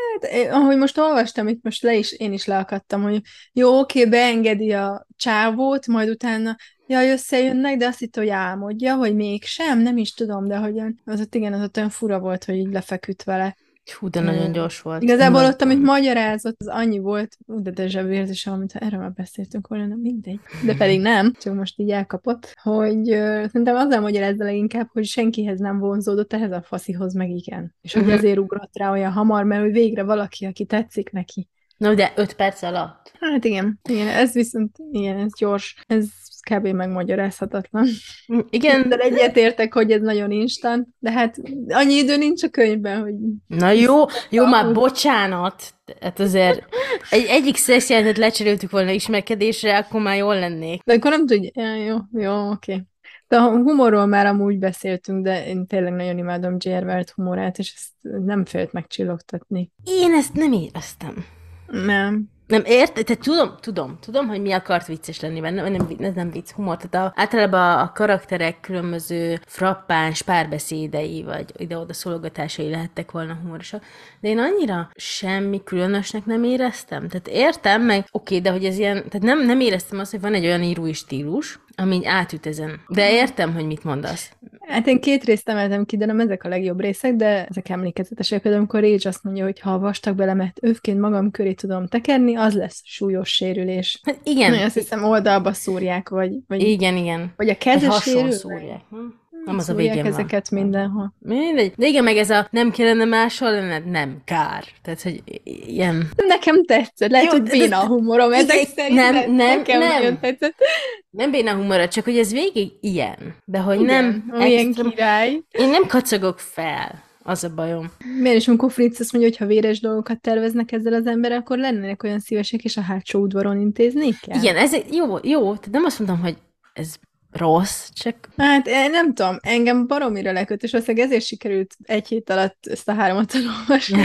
Ahogy most olvastam, itt most én is leakadtam, hogy jó, oké, beengedi a csávót, majd utána jaj, összejönnek, de azt hitt, hogy álmodja, hogy mégsem, nem is tudom, de hogy az ott igen, az ott olyan fura volt, hogy így lefeküdt vele. Hú, de nagyon gyors volt. Igazából ott, amit magyarázott, az annyi volt, de déjà vu érzésem, amit erről már beszéltünk volna, nem mindegy. De pedig nem, csak most így elkapott, hogy szerintem azzal magyarázza leginkább, hogy senkihez nem vonzódott, ehhez a faszihoz meg igen. És hogy azért ugrott rá olyan hamar, mert hogy végre valaki, aki tetszik neki. No, de 5 perc alatt. Hát igen, ez viszont, igen, ez gyors, ez kb. Megmagyarázhatatlan. Igen. De egyetértek, hogy ez nagyon instant, de hát annyi idő nincs a könyvben, hogy... Na jó, már bocsánat. Hát azért egyik szexjelentet lecseréltük volna ismerkedésre, akkor már jól lennék. De akkor nem tudja... Jó, oké. De a humorról már amúgy beszéltünk, de én tényleg nagyon imádom J.R. Walt humorát, és ezt nem félt megcsillogtatni. Én ezt nem éreztem. Nem. Nem tehát tudom, hogy mi akart vicces lenni benne, ez nem vicc, humor. Tehát általában a karakterek különböző frappáns párbeszédei, vagy ide-oda szólogatásai lehettek volna humorosak, de én annyira semmi különösnek nem éreztem. Tehát értem meg, oké, de hogy ez ilyen, tehát nem éreztem azt, hogy van egy olyan írói stílus, ami így átüt ezen. De értem, hogy mit mondasz. Hát én 2 részt emeltem ki, de nem ezek a legjobb részek, de ezek emlékezetesek. Például, amikor Rage azt mondja, hogy ha a vastag belemet övként magam köré tudom tekerni, az lesz súlyos sérülés. Hát igen. Azt hiszem oldalba szúrják, vagy igen. Vagy a kezes hasonló szúrják. Nem az a végén ezeket van. mindenhol. Mindegy. De igen, meg ez a nem kellene máshol lenned, nem, kár. Tehát, hogy ilyen... Nekem tetszett. Lehet, hogy béna a humorom ezek szerint. Nekem nagyon tetszett. Nem béna humora, csak hogy ez végig ilyen. De hogy igen, nem... Ilyen király. Én nem kacagok fel. Az a bajom. Miért is, amikor Fritz azt mondja, hogy ha véres dolgokat terveznek ezzel az emberrel, akkor lennének olyan szívesek, és a hátsó udvaron intézni kell? Igen, ez jó. Tehát nem azt mondom, hogy ez rossz, csak... Hát nem tudom, engem baromira leköt, és valószínűleg ezért sikerült 1 hét alatt ezt a 3-at olvasni,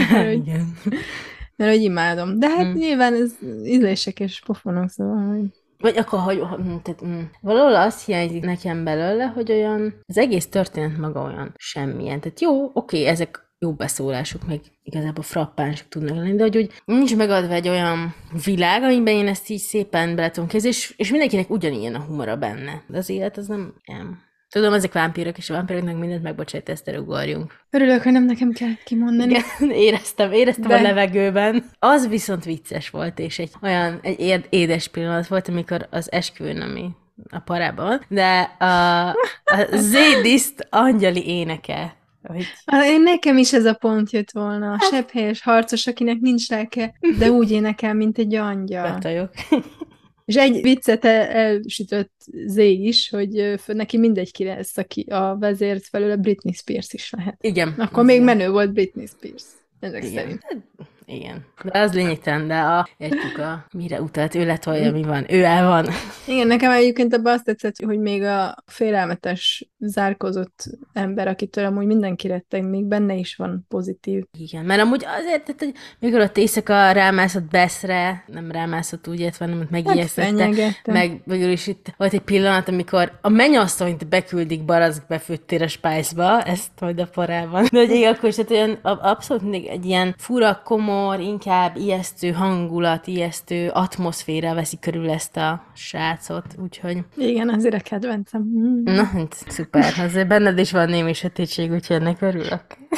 mert hogy imádom. De hát nyilván ez ízlések és pofonok, szóval... Vagy akkor, valahol azt hiányzik nekem belőle, hogy olyan, az egész történet maga olyan semmilyen. Tehát jó, oké, ezek jó beszólások, meg igazából frappánsok tudnak lenni, de hogy úgy nincs megadva egy olyan világ, amiben én ezt így szépen bele tudom kézni, és mindenkinek ugyanilyen a humora benne. De az élet az nem. Tudom, ezek vámpírok, és a vámpíroknak mindent megbocsájt, ezt ugorjunk. Örülök, hogy nem nekem kell kimondani. Igen, éreztem a levegőben. Az viszont vicces volt, és egy édes pillanat volt, amikor az esküvőn, ami a parában van, de a Zédiszt angyali éneke Hogy Én nekem is ez a pont jött volna. A sebhelyes harcos, akinek nincs lelke, de úgy énekel, mint egy angyal. betajok. És egy viccet elsütött Zé is, hogy neki mindegy ki lesz, aki a vezért felül a Britney Spears is lehet. Igen. Akkor még menő volt Britney Spears. Ezek szerint. Igen. De az lényegtelen, de értjük mire utalt, ő letolja, mi van, ő el van. Igen, nekem egyébként abban azt tetszett, hogy még a félelmetes, zárkózott ember, akitől amúgy mindenki retteg, még benne is van pozitív. Igen, mert amúgy azért, tehát, hogy mikor ott éjszaka rámászott Bessre, nem rámászott úgy értve, hanem megijesztette, fenyegette. meg végül is itt volt egy pillanat, amikor a mennyasszonyt beküldik barack befőttél a Spice-ba, ezt majd a parában. De hogy igen, akkor is, tehát olyan abszolút mindig egy ilyen fura, komor, inkább ijesztő hangulat, ijesztő atmoszféra veszi körül ezt a srácot, úgyhogy... Igen, azért a kedvencem. Na, szuper, azért benned is van némi sötétség, úgyhogy ennek örülök.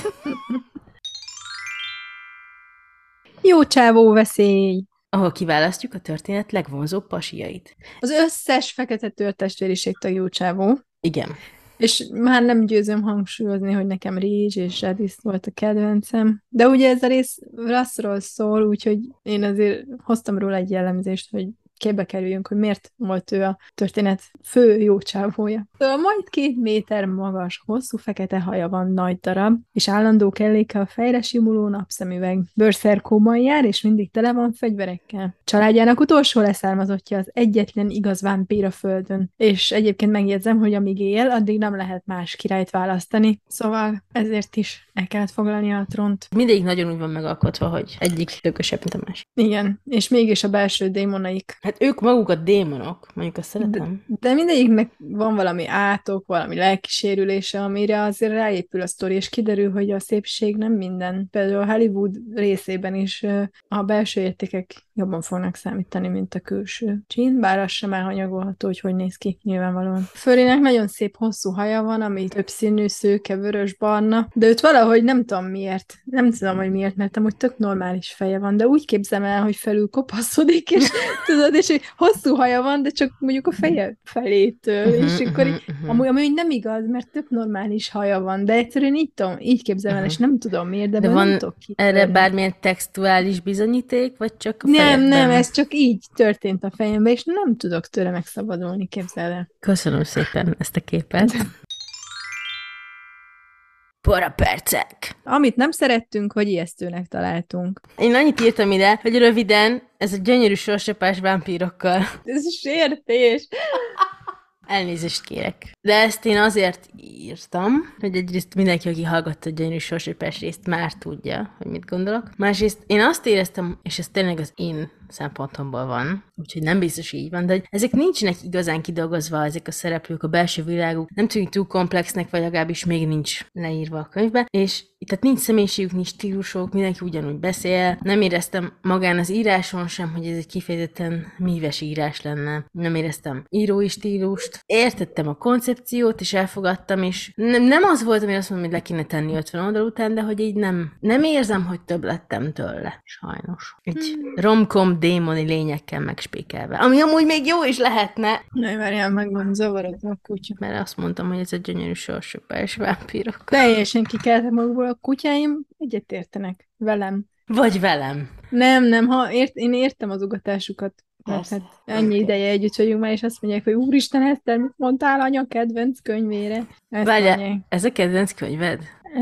Jó csávó veszély! Ahol kiválasztjuk a történet legvonzóbb pasiait. Az összes fekete tőrtestvériség tag jó csávó. Igen. És már nem győzöm hangsúlyozni, hogy nekem Ridge és Jadis volt a kedvencem. De ugye ez a rész Russról szól, úgyhogy én azért hoztam róla egy jellemzést, hogy képbe kerüljünk, hogy miért volt ő a történet fő jó csávója. Szóval majd 2 méter magas, hosszú fekete haja van, nagy darab, és állandó kelléke a fejre simuló napszemüveg. Bőrszerkóban jár, és mindig tele van fegyverekkel. Családjának utolsó leszármazottja, az egyetlen igaz vámpír a földön. És egyébként megjegyzem, hogy amíg él, addig nem lehet más királyt választani. Szóval ezért is el kellett foglalni a trónt. Mindegyik nagyon úgy van megalkotva, hogy egyik tökösebb, mint a másik. Igen, és mégis a belső démonaik. Hát ők maguk a démonok, mondjuk azt szeretem. De mindegyiknek van valami átok, valami lelkisérülése, amire azért ráépül a sztori, és kiderül, hogy a szépség nem minden. Például a Hollywood részében is a belső értékek jobban fognak számítani, mint a külső csín, bár az sem elhanyagolható, hogy néz ki, nyilvánvalóan. Fölének nagyon szép hosszú haja van, ami többszínű, szőke, vörös, barna, de őt valahogy nem tudom miért. Nem tudom, hogy miért, mert amúgy tök normális feje van, de úgy képzem el, hogy felül kopaszodik, és tudod, és hogy hosszú haja van, de csak mondjuk a feje felétől, és akkor amúgy nem igaz, mert tök normális haja van, de egyszerűen így képzelem el, és nem tudom miért, de van nem tudok erre bármilyen textuális bizonyíték, vagy csak a nem, ez csak így történt a fejembe, és nem tudok tőle megszabadulni, képzeld el. Köszönöm szépen ezt a képet. Parapercek. Amit nem szerettünk, vagy ijesztőnek találtunk. Én annyit írtam ide, hogy röviden, ez a gyönyörű sorsapás vámpírokkal. Ez sértés! Elnézést kérek. De ezt én azért írtam, hogy egyrészt mindenki, aki hallgatta a gyönyörű sorsapás részt, már tudja, hogy mit gondolok. Másrészt én azt éreztem, és ez tényleg az én szempontomból van, úgyhogy nem biztos így van, de hogy ezek nincsenek igazán kidolgozva, ezek a szereplők, a belső világuk, nem tűnik túl komplexnek, vagy legalábbis még nincs leírva a könyvben, és tehát nincs személyiségük, nincs stílusok, mindenki ugyanúgy beszél. Nem éreztem magán az íráson sem, hogy ez egy kifejezetten míves írás lenne. Nem éreztem írói stílust. Értettem a koncepciót, és elfogadtam, és nem az volt, ami azt mondom, hogy le kéne tenni 50 oldal után, de hogy így nem érzem, hogy több lettem tőle. Sajnos. Egy romcom démoni lényekkel megspékelve. Ami amúgy még jó is lehetne. Ne, várjál, megvan zavarodva a kutya. Mert azt mondtam, hogy ez egy gyönyörű sorsopás vámpírok. Teljesen kikeltem magukból, a kutyáim egyetértenek velem. Vagy velem. Nem, én értem az ugatásukat. Mert hát ennyi ideje együtt vagyunk már, és azt mondják, hogy úristen, Eszter, mit mondtál anya kedvenc könyvére? Várjál, ez a kedvenc könyved?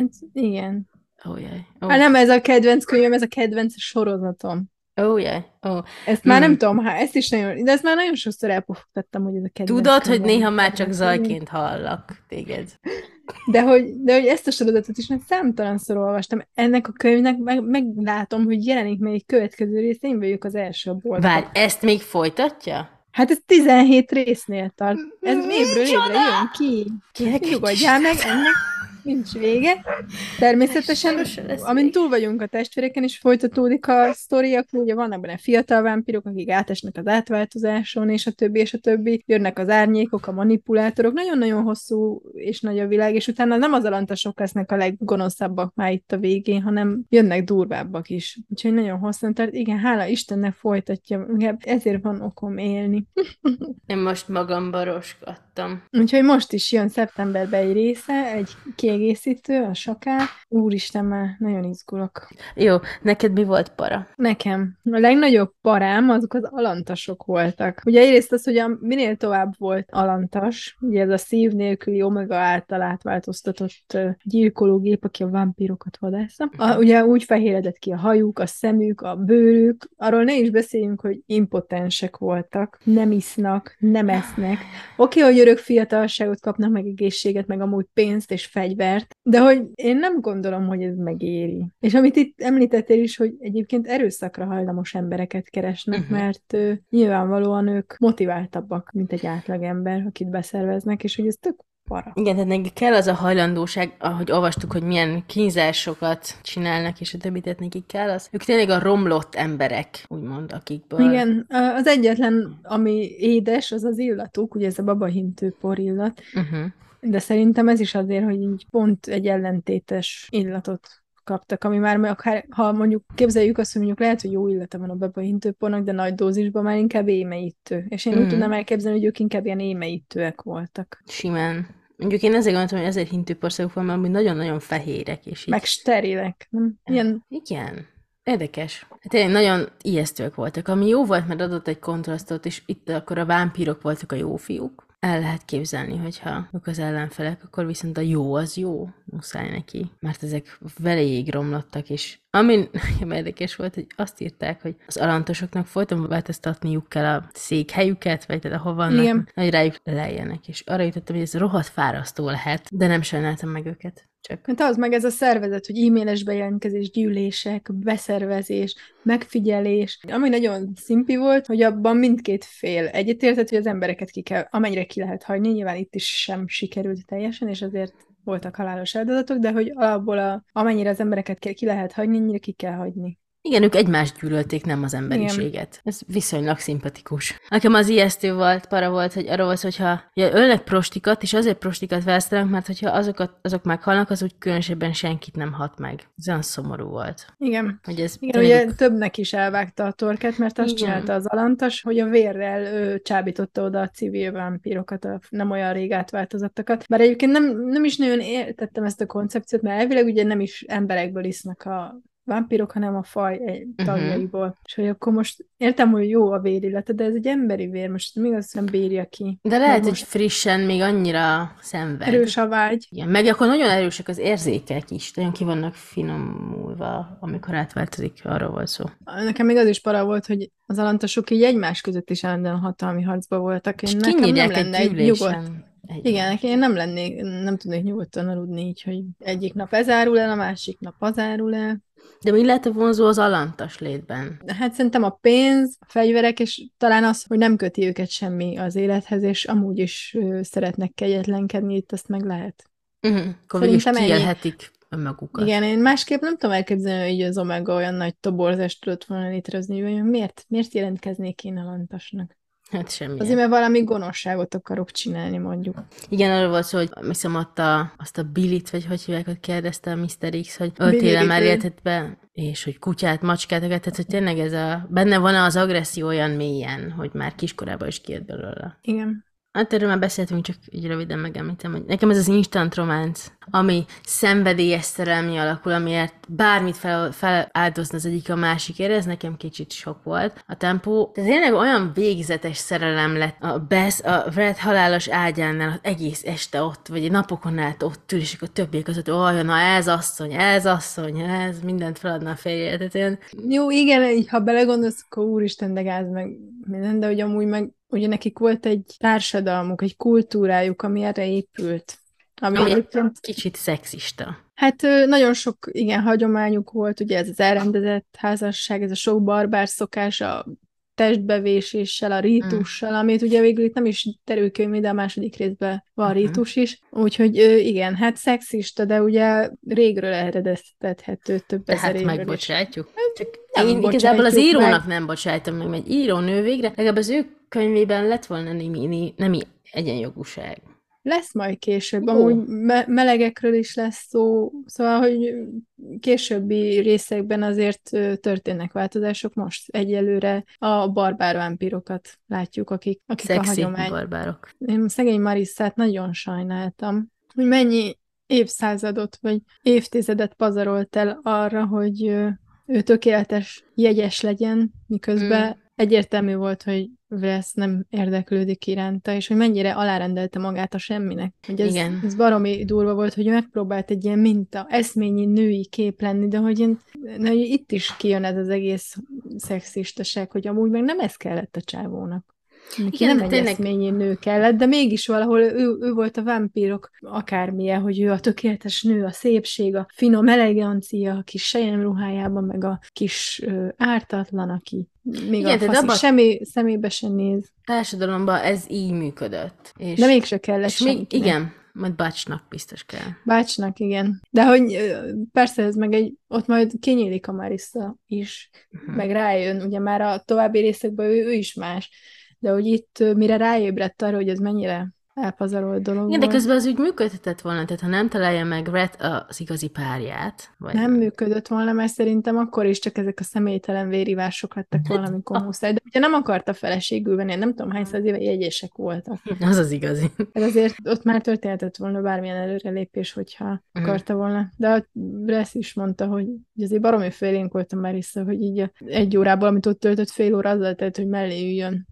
Igen. Ójaj. Hát nem ez a kedvenc könyvem, ez a kedvenc sorozatom. Ójaj. Ezt már nem tudom, ezt is nagyon, de ezt már nagyon sokszor elpofogtattam, hogy ez a kedvenc Tudod, könyvem. hogy néha már csak zajként hallak téged. De hogy ezt a sorozatot is már számtalanszor olvastam. Ennek a könyvnek meglátom, hogy jelenik még egy következő rész, én vagyok az első a boltban. Várj, ezt még folytatja? Hát ez 17 résznél tart. Ez évről évre jön ki. Nyugodjál meg, ennek nincs vége. Természetesen, amint túl vagyunk a testvéreken, is folytatódik a sztori, akkor ugye vannak benne fiatal vámpirok, akik átesnek az átváltozáson, és a többi, és a többi. Jönnek az árnyékok, a manipulátorok. Nagyon-nagyon hosszú és nagy a világ, és utána nem az alantasok lesznek a leggonoszabbak már itt a végén, hanem jönnek durvábbak is. Úgyhogy nagyon hosszan tart. Igen, hála Istennek folytatja. Ezért van okom élni. Én most magamba roskadtam. hallgattam. Úgyhogy most is jön szeptemberben egy része, egy kiegészítő, a Sakál. Úristen, már nagyon izgulok. Jó, neked mi volt para? Nekem a legnagyobb parám azok az alantasok voltak. Ugye egyrészt az, hogy minél tovább volt alantas, ugye ez a szív nélküli omega által átváltoztatott gyilkológép, aki a vámpírokat vadásza. Ugye úgy fehéredett ki a hajuk, a szemük, a bőrük. Arról ne is beszéljünk, hogy impotensek voltak, nem isznak, nem esznek. Oké, hogy örök fiatalságot kapnak, meg egészséget, meg amúgy pénzt és fegyvert, de hogy én nem gondolom, hogy ez megéri. És amit itt említettél is, hogy egyébként erőszakra hajlamos embereket keresnek, mert nyilvánvalóan ők motiváltabbak, mint egy átlagember, akit beszerveznek, és hogy ez tök para. Igen, tehát neki kell az a hajlandóság, ahogy olvastuk, hogy milyen kínzásokat csinálnak, és a többi, tehát nekik kell az. Ők tényleg a romlott emberek, úgymond, akikből... Igen, az egyetlen, ami édes, az az illatuk, ugye ez a babahintő por illat, de szerintem ez is azért, hogy így pont egy ellentétes illatot kaptak, ami már akár, ha mondjuk képzeljük azt, hogy mondjuk lehet, hogy jó illata van a babahintőpornak, de nagy dózisban már inkább émeítő. És én úgy tudnám elképzelni, hogy ők inkább ilyen émeítőek voltak. Simán. Mondjuk én ezért gondoltam, hogy ezért hintőporszagok van, mert nagyon-nagyon fehérek, és így... Meg sterilek, nem? Ilyen... Igen. Érdekes. Hát tényleg nagyon ijesztőek voltak, ami jó volt, mert adott egy kontrasztot, és itt akkor a vámpírok voltak a jó fiúk. El lehet képzelni, hogyha ők az ellenfelek, akkor viszont a jó az jó, muszáj neki. Mert ezek veléig romlottak, és ami nekem érdekes volt, hogy azt írták, hogy az alantosoknak folyton változtatniuk kell a székhelyüket, vagy tehát ahol vannak, Igen. hogy rájuk lejjenek. És arra jutottam, hogy ez rohadt fárasztó lehet, de nem sajnáltam meg őket. Csak. Hát az meg ez a szervezet, hogy e-mailes bejelentkezés, gyűlések, beszervezés, megfigyelés. Ami nagyon szimpi volt, hogy abban mindkét fél egyetértett, hogy az embereket amennyire ki lehet hagyni, nyilván itt is sem sikerült teljesen, és azért voltak halálos áldozatok, de hogy alapból amennyire az embereket ki lehet hagyni, annyira ki kell hagyni. Igen, ők egymást gyűlölték, nem az emberiséget. Igen. Ez viszonylag szimpatikus. Nekem az ijesztő volt, para volt, hogy arra volt, hogyha ölnek prostikat, és azért prostikat választanak, mert hogyha azok meghalnak, az úgy különösebben senkit nem hat meg. Ez olyan szomorú volt. Igen. Hogy ez igen, ugye többnek is elvágta a torkát, mert azt csinálta az alantas, hogy a vérrel csábította oda a civil vámpírokat, a nem olyan rég átváltozottakat. Bár egyébként nem is nagyon értettem ezt a koncepciót, mert elvileg ugye nem is emberekből isznak a vámpírok, hanem a faj tagjaiból. És hogy akkor most értem, hogy jó a vérillata, de ez egy emberi vér, most még azt nem bírja ki. De lehet, hogy frissen még annyira szenved. Erős a vágy. Igen, meg akkor nagyon erősek az érzékek is, nagyon ki vannak finomulva, amikor átváltozik, arról volt szó. Nekem még az is para volt, hogy az alantasok így egymás között is állandóan hatalmi harcba voltak. És kinyírják egy nyugodt. Igen, én nem tudnék nyugodtan aludni így, hogy egyik nap ez árul el, a másik nap az árul el. De mi lehet a vonzó az alantas létben? Hát szerintem a pénz, a fegyverek, és talán az, hogy nem köti őket semmi az élethez, és amúgy is szeretnek kegyetlenkedni, itt azt meg lehet. Akkor végig kiélhetik önmagukat. Igen, én másképp nem tudom elképzelni, hogy az Omega olyan nagy toborzást tudott volna létrehozni, hogy miért jelentkeznék én alantasnak? Hát semmi. Azért, mert valami gonoszságot akarok csinálni, mondjuk. Igen, arról volt szó, hogy hiszem azt a Billit, vagy hogy hívják, hogy kérdezte a Mr. X, hogy öltél már éltetbe, és hogy kutyát, macskát, tehát hogy tényleg benne van az agresszió olyan mélyen, hogy már kiskorában is kijött belőle. Igen. Hát erről már beszéltünk, csak így röviden megemlítem, hogy nekem ez az instant romance, ami szenvedélyes szerelmi alakul, amiért bármit feláldozna az egyik a másikért, ez nekem kicsit sok volt. A tempó, de tényleg olyan végzetes szerelem lett a Red halálos ágyánál egész este ott, vagy napokon át ott ül, és akkor többiek között, na ez asszony, ez mindent feladna a férjére. Jó, igen, így, ha belegondolsz, akkor úristen, de gáz meg minden, de hogy amúgy meg ugye nekik volt egy társadalmuk, egy kultúrájuk, ami erre épült. Ami kicsit szexista. Hát nagyon sok, igen, hagyományuk volt, ugye ez az elrendezett házasság, ez a sok barbár szokás, a testbevéséssel, a rítussal, amit ugye végül itt nem is derül ki, de a második részben van rítus is. Úgyhogy igen, hát szexista, de ugye régről eredeztethető több ezer évről is. Megbocsátjuk? Csak én igazából az írónak nem bocsájtom meg, mert írónő végre, legalább az ő könyvében lett volna némi egyenjogúság. Lesz majd később, amúgy melegekről is lesz szó, szóval, hogy későbbi részekben azért történnek változások. Most egyelőre a barbár vámpírokat látjuk, akik a Szexi hagyomány. barbárok. Én szegény Marissát nagyon sajnáltam, hogy mennyi évszázadot vagy évtizedet pazarolt el arra, hogy ő tökéletes, jegyes legyen, miközben egyértelmű volt, hogy Vress nem érdeklődik iránta, és hogy mennyire alárendelte magát a semminek. Hogy ez baromi durva volt, hogy megpróbált egy ilyen minta, eszményi női kép lenni, de hogy itt is kijön ez az egész szexistaság, hogy amúgy meg nem ez kellett a csávónak. Igen, nem egy eszményi nő kellett, de mégis valahol ő volt a vámpírok akármilyen, hogy ő a tökéletes nő, a szépség, a finom elegancia, a kis sejem ruhájában, meg a kis ártatlan, aki még igen, a faszik semmi szemébe sem néz. Társadalomban ez így működött. És, de mégse kellett senkinek. Igen, majd bácsnak biztos kell. Bácsnak, igen. De hogy persze ez meg ott majd kinyílik a Marissa is, meg rájön, ugye már a további részekben ő is más. De hogy itt mire ráébredt arra, hogy ez mennyire elpazarolt dolog. Igen, de közben az úgy működhetett volna, tehát ha nem találja meg Red az igazi párját. Vagy nem működött volna, mert szerintem akkor is csak ezek a személytelen vérívások lettek valamikor muszáj. De ugye nem akarta feleségül venni, nem tudom hány száz éve jegyesek voltak. Az az igazi. Ez azért ott már történhetett volna bármilyen előrelépés, hogyha akarta volna. De a Vress is mondta, hogy azért baromi félénk volt a Marissa, hogy így egy órából, amit ott töltött, fél óra azzal telt, hogy mellé üljön.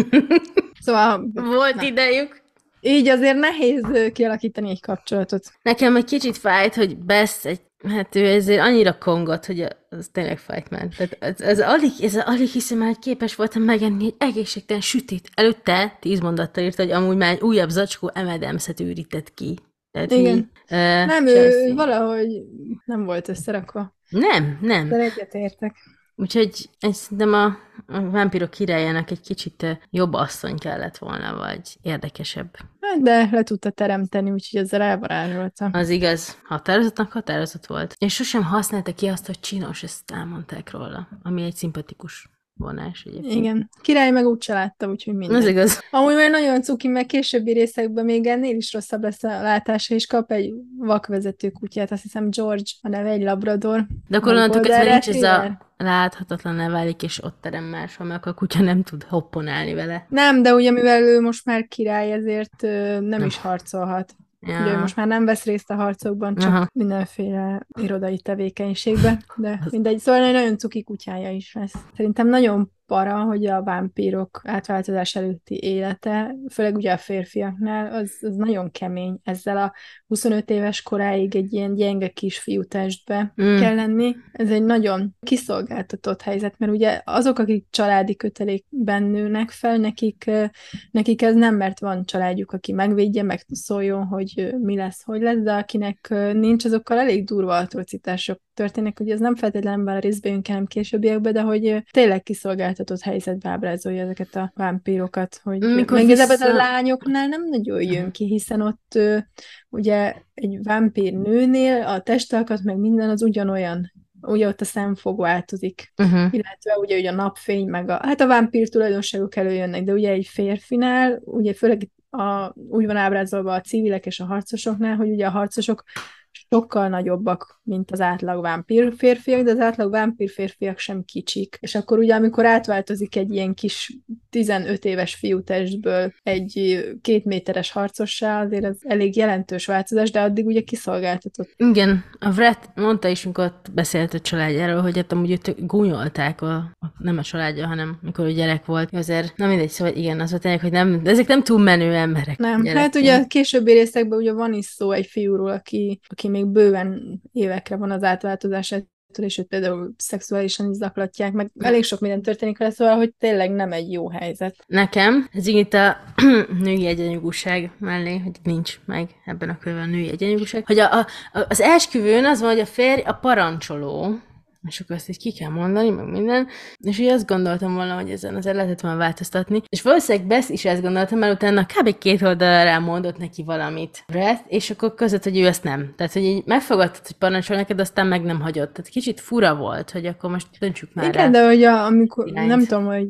Szóval... Volt idejük. Így azért nehéz kialakítani egy kapcsolatot. Nekem egy kicsit fájt, hogy Bess hát ő ezért annyira kongott, hogy az tényleg fájt már. Tehát ez alig hiszem, hogy képes voltam megenni egy egészségtelen sütét. Előtte 10 mondattal írta, hogy amúgy már egy újabb zacskó M&M's-et ürített ki. Tehát igen. Nem, ő valahogy nem volt összerakva. Nem. De egyetértek. Úgyhogy szerintem a vámpírok királyának egy kicsit jobb asszony kellett volna, vagy érdekesebb. De le tudta teremteni, úgyhogy ezzel elvarázsolta. Az igaz, határozott volt. És sosem használta ki azt, hogy csinos, ezt elmondták róla, ami egy szimpatikus vonás egyébként. Igen. Király meg úgy se látta, úgyhogy minden. Az igaz. Amúgy már nagyon cuki, meg későbbi részekben még ennél is rosszabb lesz a látása, és kap egy vakvezető kutyát, azt hiszem George, a neve egy labrador. De akkor onnantól kezdve nincs ez a láthatatlan válik, és ott terem máshol, mert a kutya nem tud hopponálni vele. Nem, de ugye mivel ő most már király, ezért nem is harcolhat. Ja. Ugye most már nem vesz részt a harcokban, csak mindenféle irodai tevékenységben, de mindegy. Szóval nagyon cuki kutyája is lesz. Szerintem nagyon para, hogy a vámpírok átváltozás előtti élete, főleg ugye a férfiaknál, az nagyon kemény. Ezzel a 25 éves koráig egy ilyen gyenge kisfiú testbe kell lenni. Ez egy nagyon kiszolgáltatott helyzet, mert ugye azok, akik családi kötelékben nőnek fel, nekik ez nem, mert van családjuk, aki megvédje, meg szóljon, hogy mi lesz, hogy lesz, de akinek nincs, azokkal elég durva atrocitások történnek, hogy ez nem feltétlenül a részben jön, hanem későbbiekben, de hogy tényleg kiszolgáltatott helyzetbe ábrázolja ezeket a vámpírokat, hogy meg ezeket a lányoknál nem nagyon jön ki, hiszen ott ugye egy vámpír nőnél a testalkat, meg minden az ugyanolyan, ugye ott a szemfog változik, illetve ugye a napfény, meg a vámpír tulajdonságok előjönnek, de ugye egy férfinál, ugye főleg úgy van ábrázolva a civilek és a harcosoknál, hogy ugye a harcosok sokkal nagyobbak, mint az átlag vámpír férfiak, de az átlag vámpír férfiak sem kicsik. És akkor ugye, amikor átváltozik egy ilyen kis 15 éves fiútestből egy 2 méteres harcossá, azért ez elég jelentős változás, de addig ugye kiszolgáltatott. Igen, a Vrett mondta is, amikor ott beszélt a családjáról, hogy hát amúgy őt gúnyolták, nem a családja, hanem mikor ő gyerek volt. Azért, na mindegy, szóval igen, az volt tényleg, hogy nem, de ezek nem túl menő emberek. Nem, hát ugye a későbbi részekben ugye van is szó egy fiúról, aki még bőven évekre van az átváltozásától, és őt például szexuálisan is zaklatják, meg elég sok minden történik vele, szóval, hogy tényleg nem egy jó helyzet. Nekem ez itt a női egyenjogúság mellé, hogy nincs meg ebben a könyvben a női egyenjogúság, hogy az esküvőn az van, hogy a férj a parancsoló, és akkor ezt így ki kell mondani, meg minden, és így azt gondoltam volna, hogy ezen azért lehetett volna változtatni, és valószínűleg Bess is ezt gondoltam, mert utána kb. 2 oldalra mondott neki valamit Brett, és akkor között, hogy ő ezt nem. Tehát, hogy így megfogadtad, hogy parancsol neked, aztán meg nem hagyott. Tehát kicsit fura volt, hogy akkor most döntsük már. Igen, de hogy amikor, nem tudom, hogy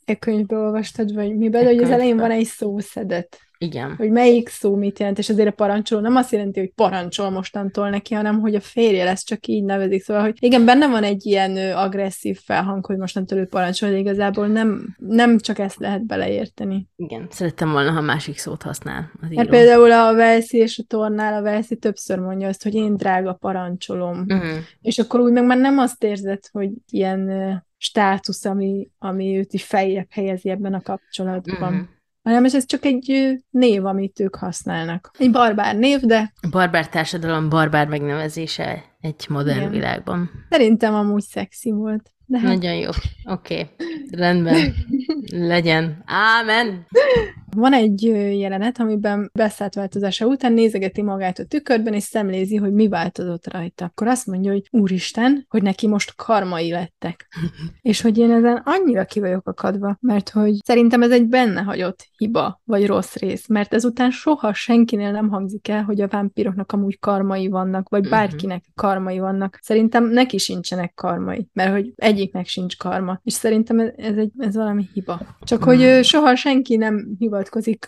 e-könyvbe olvastad, vagy miben, de hogy az elején van egy szószedet. Igen. Hogy melyik szó mit jelent, és azért a parancsoló nem azt jelenti, hogy parancsol mostantól neki, hanem hogy a férje lesz, csak így nevezik. Szóval, hogy igen, benne van egy ilyen agresszív felhang, hogy mostantól ő parancsol, de igazából nem csak ezt lehet beleérteni. Igen. Szerettem volna, ha másik szót használ az író. Mert például a Velszi és a Tornál a Velszi többször mondja azt, hogy én drága parancsolom. És akkor úgy meg már nem azt érzed, hogy ilyen státusz, ami őt is feljebb helyezi ebben a kapcsolatban. Hanem ez csak egy név, amit ők használnak. Egy barbár név, de... A barbár társadalom barbár megnevezése egy modern világban. Szerintem amúgy szexi volt. De hát... Nagyon jó. Oké. Rendben. Legyen. Ámen! Van egy jelenet, amiben beszálltváltozása után nézegeti magát a tükörben, és szemlézi, hogy mi változott rajta. Akkor azt mondja, hogy úristen, hogy neki most karmai lettek. És hogy én ezen annyira ki vagyok akadva, mert hogy szerintem ez egy benne hagyott hiba, vagy rossz rész, mert ezután soha senkinél nem hangzik el, hogy a vámpíroknak amúgy karmai vannak, vagy bárkinek karmai vannak. Szerintem neki sincsenek karmai, mert hogy egyiknek sincs karma. És szerintem ez valami hiba. Csak hogy soha senki nem hivatkozik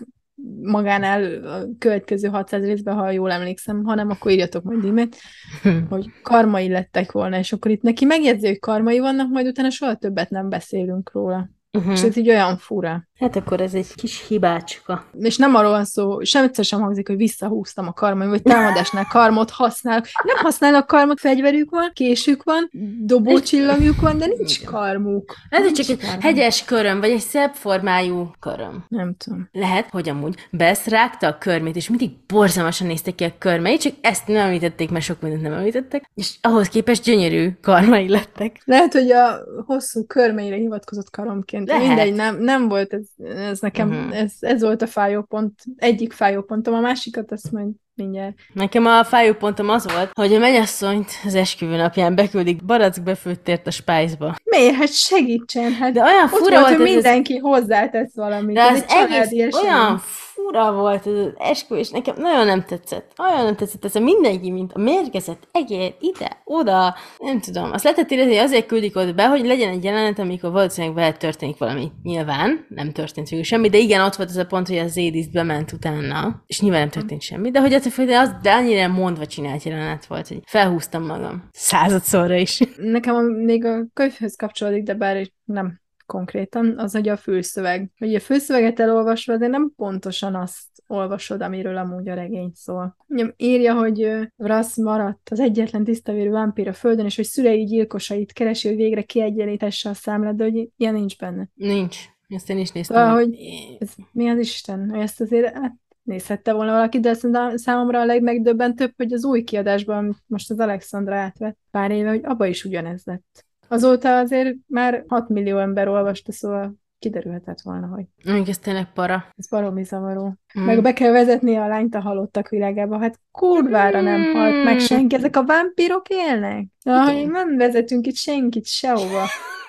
magánál a következő 600 részben, ha jól emlékszem, hanem akkor írjatok majd e-mailt, hogy karmai lettek volna, és akkor itt neki megjegyzi, hogy karmai vannak, majd utána soha többet nem beszélünk róla. És ez így olyan fura. Hát akkor ez egy kis hibácska. És nem arról van szó, semmitszer sem hangzik, hogy visszahúztam a karmai, vagy támadásnál karmot használok. Nem használnak karmot, fegyverük van, késük van, dobócsillagjuk van, de nincs karmuk. Ez csak egy hegyes köröm, vagy egy szebb formájú köröm. Nem tudom. Lehet, hogy amúgy Bess rágta a körmét, és mindig borzalmasan néztek ki a körmeit, csak ezt nem említették, mert sok mindent nem említettek, és ahhoz képest gyönyörű karmai lettek. Lehet, hogy a hosszú körmeire hivatkozott karomként. Lehet. Mindegy, nem volt ez nekem, ez volt a fájópont, egyik fájópontom, a másikat azt majd mindjárt. Nekem a fájópontom az volt, hogy a mennyasszonyt az esküvő napján beküldik barackbefőttért a Spice-ba. Miért? Hát segítsen, hát de olyan fura volt, hogy ez mindenki hozzátesz valamit. De az egész esemény. olyan fura volt ez az esküvő, és nekem nagyon nem tetszett. Olyan nem tetszett ez a mindenki, mint a mérgezett egér, ide, oda, nem tudom. Azt lehetett érezni, hogy azért küldik ott be, hogy legyen egy jelenet, amikor valószínűleg vele történik valami. Nyilván nem történt végül semmi, de igen, ott volt ez a pont, hogy a Zédis bement utána, és nyilván nem történt semmi, de hogy de annyira mondva csinált jelenet volt, hogy felhúztam magam. 100-szorra is. Nekem még a könyvhöz kapcsolódik, de bár nem konkrétan, az, hogy a fülszöveg. Hogy a fülszöveget elolvasva, de nem pontosan azt olvasod, amiről amúgy a regény szól. Írja, hogy Vrasz maradt az egyetlen tisztavérű vámpír a földön, és hogy szülei gyilkosait keresi, hogy végre kiegyenlítesse a számlát, de hogy ilyen nincs benne. Nincs. Ezt én is néztem. Hogy ez mi az Isten? Hogy ezt azért nézhette volna valaki, de számomra a legmegdöbbentőbb, hogy az új kiadásban, amit most az Alexandra átvett pár éve, hogy abba is ugyanez lett. Azóta azért már 6 millió ember olvasta, szóval kiderülhetett volna, hogy... Még ez tényleg para. Ez baromi zavaró. Meg be kell vezetni a lányt a halottak világába. Hát kurvára nem halt meg senki. Ezek a vámpírok élnek. Nem vezetünk itt senkit sehova.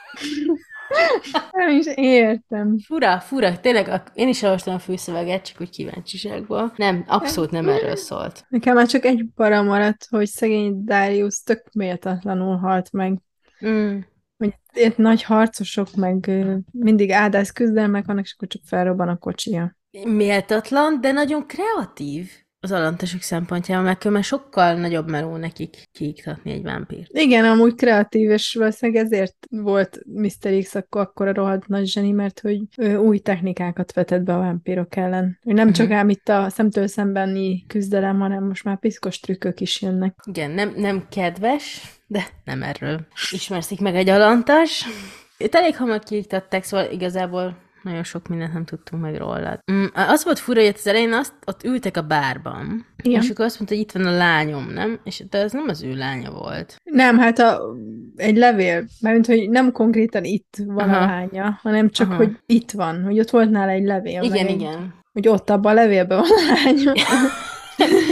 Nem is értem. Fura. Tényleg, én is olvastam a fülszöveget, csak úgy kíváncsiságból. Nem, abszolút nem erről szólt. Nekem már csak egy para maradt, hogy szegény Darius tök méltatlanul halt meg. Hogy itt nagy harcosok, meg mindig áldász küzdelmek vannak, és akkor csak felrobban a kocsija. Méltatlan, de nagyon kreatív az alantasok szempontjában, mert sokkal nagyobb meló nekik kiiktatni egy vámpírt. Igen, amúgy kreatív, és valószínűleg ezért volt Mr. X akkor a rohadt nagy zseni, mert hogy új technikákat vetett be a vámpírok ellen. Hogy nem csak ám itt a szemtől szembeni küzdelem, hanem most már piszkos trükkök is jönnek. Igen, nem kedves, de nem erről ismerszik meg egy alantas. Itt elég hamar kiiktatták, szóval igazából nagyon sok mindent nem tudtunk meg róla. Az volt fura, hogy az elején ott ültek a bárban, igen. És akkor azt mondta, hogy itt van a lányom, nem? És de ez nem az ő lánya volt. Nem, hát egy levél, mert hogy nem konkrétan itt van a lánya, hanem csak, hogy itt van, hogy ott volt nála egy levél. Igen. Hogy ott abban a levélben van a lánya.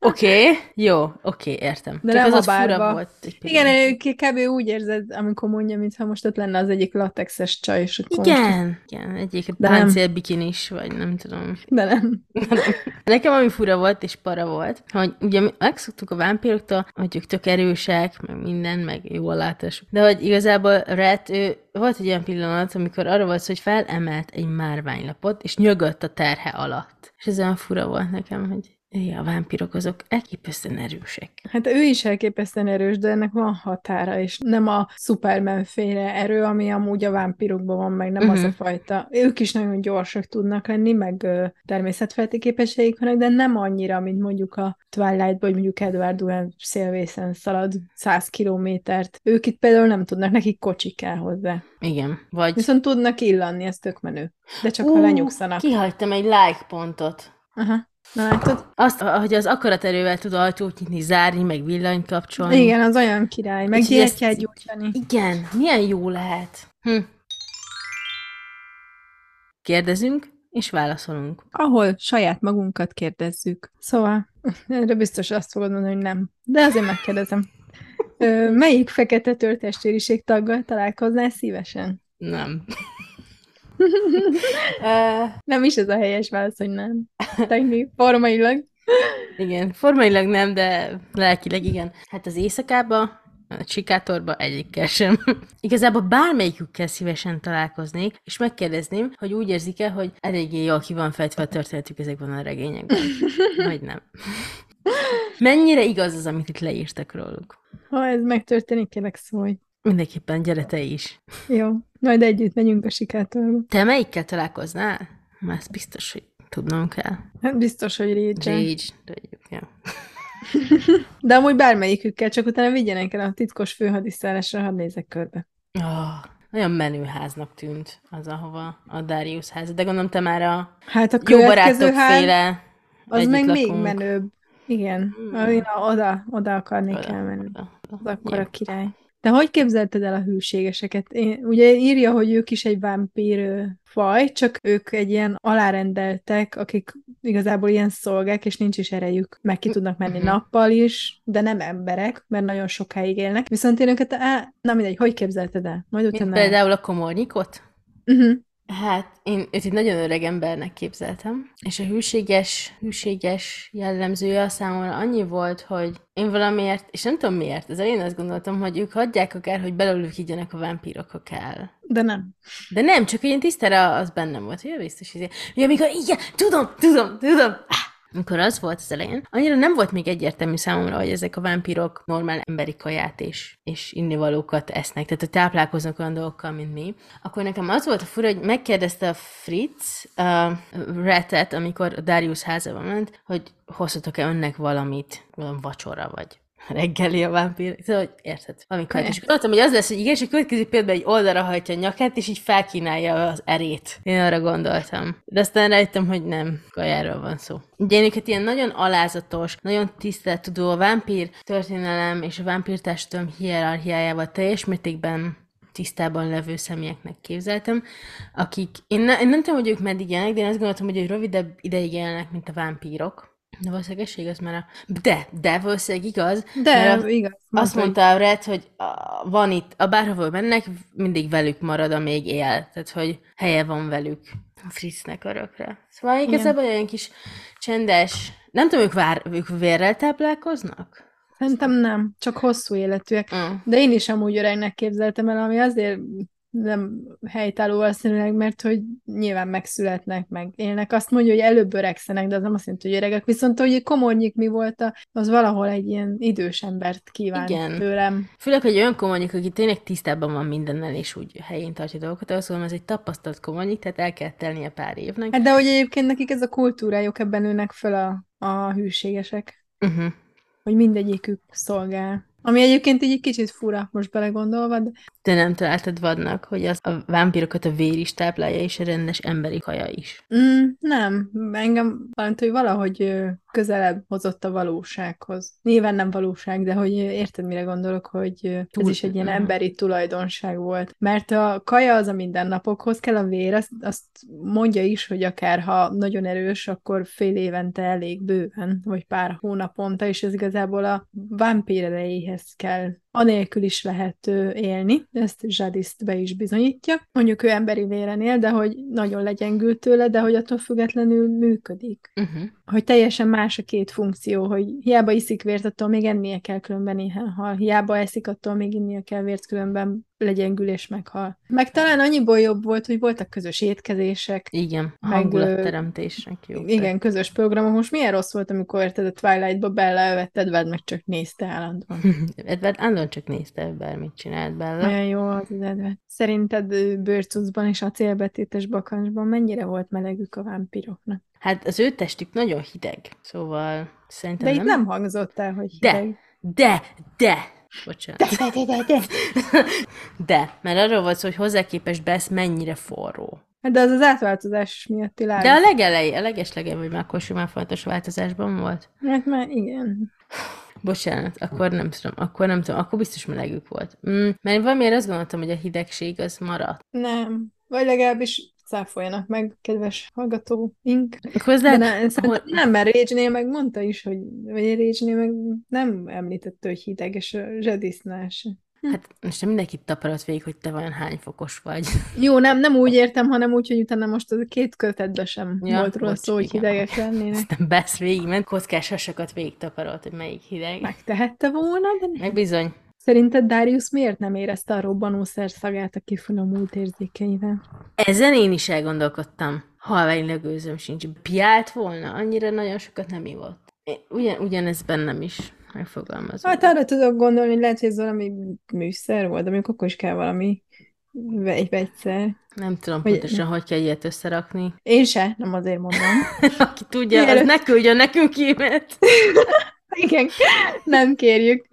Oké, értem. De Csak nem az a ott fura bárba. volt. Egy Igen, kb. Úgy érzed, amikor mondja, mintha most ott lenne az egyik latexes csaj, és akkor most... Igen, egyik De nem. páncélbikinis, vagy nem tudom. De nem. Nekem ami fura volt, és para volt, hogy ugye mi megszoktuk a vámpíroktól, hogy ők tök erősek, meg minden, meg jól látás. De hogy igazából Red, ő volt egy olyan pillanat, amikor arra volt szó, hogy felemelt egy márványlapot, és nyögött a terhe alatt. És ez olyan fura volt nekem, hogy a vámpírok azok elképesztően erősek. Hát ő is elképesztően erős, de ennek van határa, és nem a Superman-féle erő, ami amúgy a vámpírokban van, meg nem az a fajta. Ők is nagyon gyorsak tudnak lenni, meg természetfeletti képességeik vannak, de nem annyira, mint mondjuk a Twilight-ban, vagy mondjuk Edward olyan szélvészen szalad 100 kilométert. Ők itt például nem tudnak, nekik kocsi kell hozzá. Igen, vagy... Viszont tudnak illanni, ez tök menő. De csak ha lenyugszanak. Kihagytam egy like pontot. Aha. Na látod? Azt, hogy az akaraterővel tud ajtót nyitni, zárni, meg villanyt kapcsolni. Igen, az olyan király. Meg gyertyát gyújtani. Igen, milyen jó lehet. Kérdezünk, és válaszolunk. Ahol saját magunkat kérdezzük. Szóval, erre biztos azt fogod mondani, hogy nem. De azért megkérdezem. Melyik fekete törtestvériség taggal találkoznál szívesen? Nem. Nem is ez a helyes válasz, hogy nem. Formailag. Igen, formailag nem, de lelkileg igen. Hát az éjszakában, a Csikátorban egyikkel sem. Igazából bármelyikükkel szívesen találkoznék, és megkérdezném, hogy úgy érzik-e, hogy eléggé jól ki van fejtve a történetük ezekben a regényekben. Vagy nem. Mennyire igaz az, amit itt leírtak róluk? Ha ez megtörténik, kérlek szólj. Mindenképpen gyere te is. Jó, majd együtt megyünk a Sikátorba. Te melyikkel találkoznál? Már ez biztos, hogy tudnom kell. Hát biztos, hogy Rage. Ja. De amúgy bármelyikükkel, csak utána vigyenek el a titkos főhadiszállásra, hadd nézek körbe. Nagyon menő háznak tűnt az, ahova a Darius ház. De gondolom, te már a hát a jó következő barátok ház, féle az meg még lakunk. menőbb. Igen, én oda akarnék elmenni. Az akkor a király. De hogy képzelted el a hűségeseket? Ugye írja, hogy ők is egy vámpír faj, csak ők egy ilyen alárendeltek, akik igazából ilyen szolgák, és nincs is erejük. Meg ki tudnak menni nappal is, de nem emberek, mert nagyon sokáig élnek. Viszont én őket, na mindegy, hogy képzelted el? Majd utána... Például a komornyikot? Hát én őt egy nagyon öreg embernek képzeltem, és a hűséges jellemzője a számomra annyi volt, hogy én valamiért, és nem tudom miért, az elején azt gondoltam, hogy ők hagyják akár, hogy belőlük igyenek a vámpírok, ha kell. De nem. De nem, csak ilyen tisztára az bennem volt, hogy biztos, hogy amikor igen, tudom. Amikor az volt az elején, annyira nem volt még egyértelmű számomra, hogy ezek a vámpírok normál emberi kaját és innivalókat esznek, tehát hogy táplálkoznak olyan dolgokkal, mint mi. Akkor nekem az volt a fura, hogy megkérdezte a Fritz Retet, amikor a Darius házába ment, hogy hozhatok-e önnek valamit, valami vacsora, vagy reggeli a vámpír, szóval, hogy érted, amikor. És gondoltam, hogy az lesz, hogy igen, és a következő példában egy oldalra hajtja a nyakát, és így felkínálja az erét. Én arra gondoltam. De aztán rájöttem, hogy nem, kajáról van szó. Ugye én őket ilyen nagyon alázatos, nagyon tisztelettudó a vámpír történelem és a vámpírtársadalom hierarchiájával teljes mértékben tisztában levő személyeknek képzeltem, akik, én nem tudom, hogy ők meddig élnek, de én azt gondoltam, hogy rövidebb ideig élnek, mint a vámpírok. De valószínűleg igaz, mert de valószínűleg igaz. De igaz. Azt mondta a Red, hogy van itt, bárhova mennek, mindig velük marad, amíg él. Tehát, hogy helye van velük Fritznek örökre. Szóval igazából olyan kis csendes, nem tudom, ők vérrel táplálkoznak? Szerintem nem, csak hosszú életűek. De én is amúgy öregnek képzeltem el, ami azért nem helytálló valószínűleg, mert hogy nyilván megszületnek, meg élnek. Azt mondja, hogy előbb öregszenek, de az nem azt jelenti, hogy öregek. Viszont, hogy komornyik mi volt, az valahol egy ilyen idős embert kívánt tőlem. Főleg, hogy olyan komornyik, aki tényleg tisztában van mindennel, és úgy helyén tartja dolgokat, azt mondom, ez egy tapasztalt komornyik, tehát el kell telnie pár évnek. Hát de hogy egyébként nekik ez a kultúrájuk, ebben nőnek föl a hűségesek. Hogy mindegyikük szolgál. Ami egyébként így egy kicsit fura, most belegondolva, de... Te nem találtad vadnak, hogy a vámpírokat a vér is táplálja, és a rendes emberi kaja is? Nem. Engem hogy valahogy közelebb hozott a valósághoz. Nyilván nem valóság, de hogy érted, mire gondolok, hogy ez is egy ilyen emberi tulajdonság volt. Mert a kaja az a mindennapokhoz kell, a vér, azt mondja is, hogy akár ha nagyon erős, akkor fél évente elég bőven, vagy pár hónaponta, és ez igazából a vámpír erejéhez kell. Anélkül is lehet élni, ezt Jadis be is bizonyítja. Mondjuk ő emberi véren él, de hogy nagyon legyengült tőle, de hogy attól függetlenül működik. Hogy teljesen más a két funkció, hogy hiába iszik vért, attól még ennie kell, különben éhen hal. Hiába eszik, attól még innie kell vért, különben legyengül és meghal. Meg talán annyiból jobb volt, hogy voltak közös étkezések. Igen, a meg, hangulatteremtésnek jó. Igen, közös programok. Most milyen rossz volt, amikor érted a Twilight-ba Bella elvett Edward, meg csak nézte állandóan. Edward állandóan csak nézte, bármit csinált Bella. Olyan jó az Edward. Szerinted bőrcucban és acélbetétes bakancsban mennyire volt melegük a vámpiroknak? Hát az ő testük nagyon hideg, szóval szerintem De itt nem hangzott el, hogy hideg. De! Bocsánat. De, mert arról volt szó, hogy hozzá képest Bess mennyire forró. De az átváltozás miatti láb. De a legelején, a legeslegem, vagy már akkor simán fontos változásban volt. Hát már igen. Bocsánat, akkor nem tudom, akkor biztos melegük volt. Mert valamiért azt gondoltam, hogy a hidegség az maradt. Nem, vagy legalábbis cáfoljanak meg, kedves hallgatóink. Akkor az De lehet, nem, mert Rage-nél meg mondta is, hogy vagy Rage-nél meg nem említette, hogy hideg, és a Jadisnál se. Hát most mindenkit taparat végig, hogy te vajon hány fokos vagy. Jó, nem úgy értem, hanem úgy, hogy utána most az a két kötetben sem volt róla szó, hogy hidegek lennének. Aztán Bess végigment, kockás hasakat végig taparolt, hogy melyik hideg. Megtehette volna, de nem. Meg bizony. Szerinted Darius miért nem érezte a robbanószer szagát a kifinomult érzékeivel? Ezen én is elgondolkodtam. Halvány gőzöm sincs. Piált volna? Annyira nagyon sokat nem ivott. Ugyanez bennem is megfogalmazom. Hát arra tudok gondolni, hogy lehet, hogy ez valami műszer volt, de mondjuk akkor is kell valami vegyszer. Nem tudom pontosan, hogy kell ilyet összerakni. Én se, nem azért mondom. Aki tudja, az ne küldjön nekünk e-mailt. Igen, nem kérjük.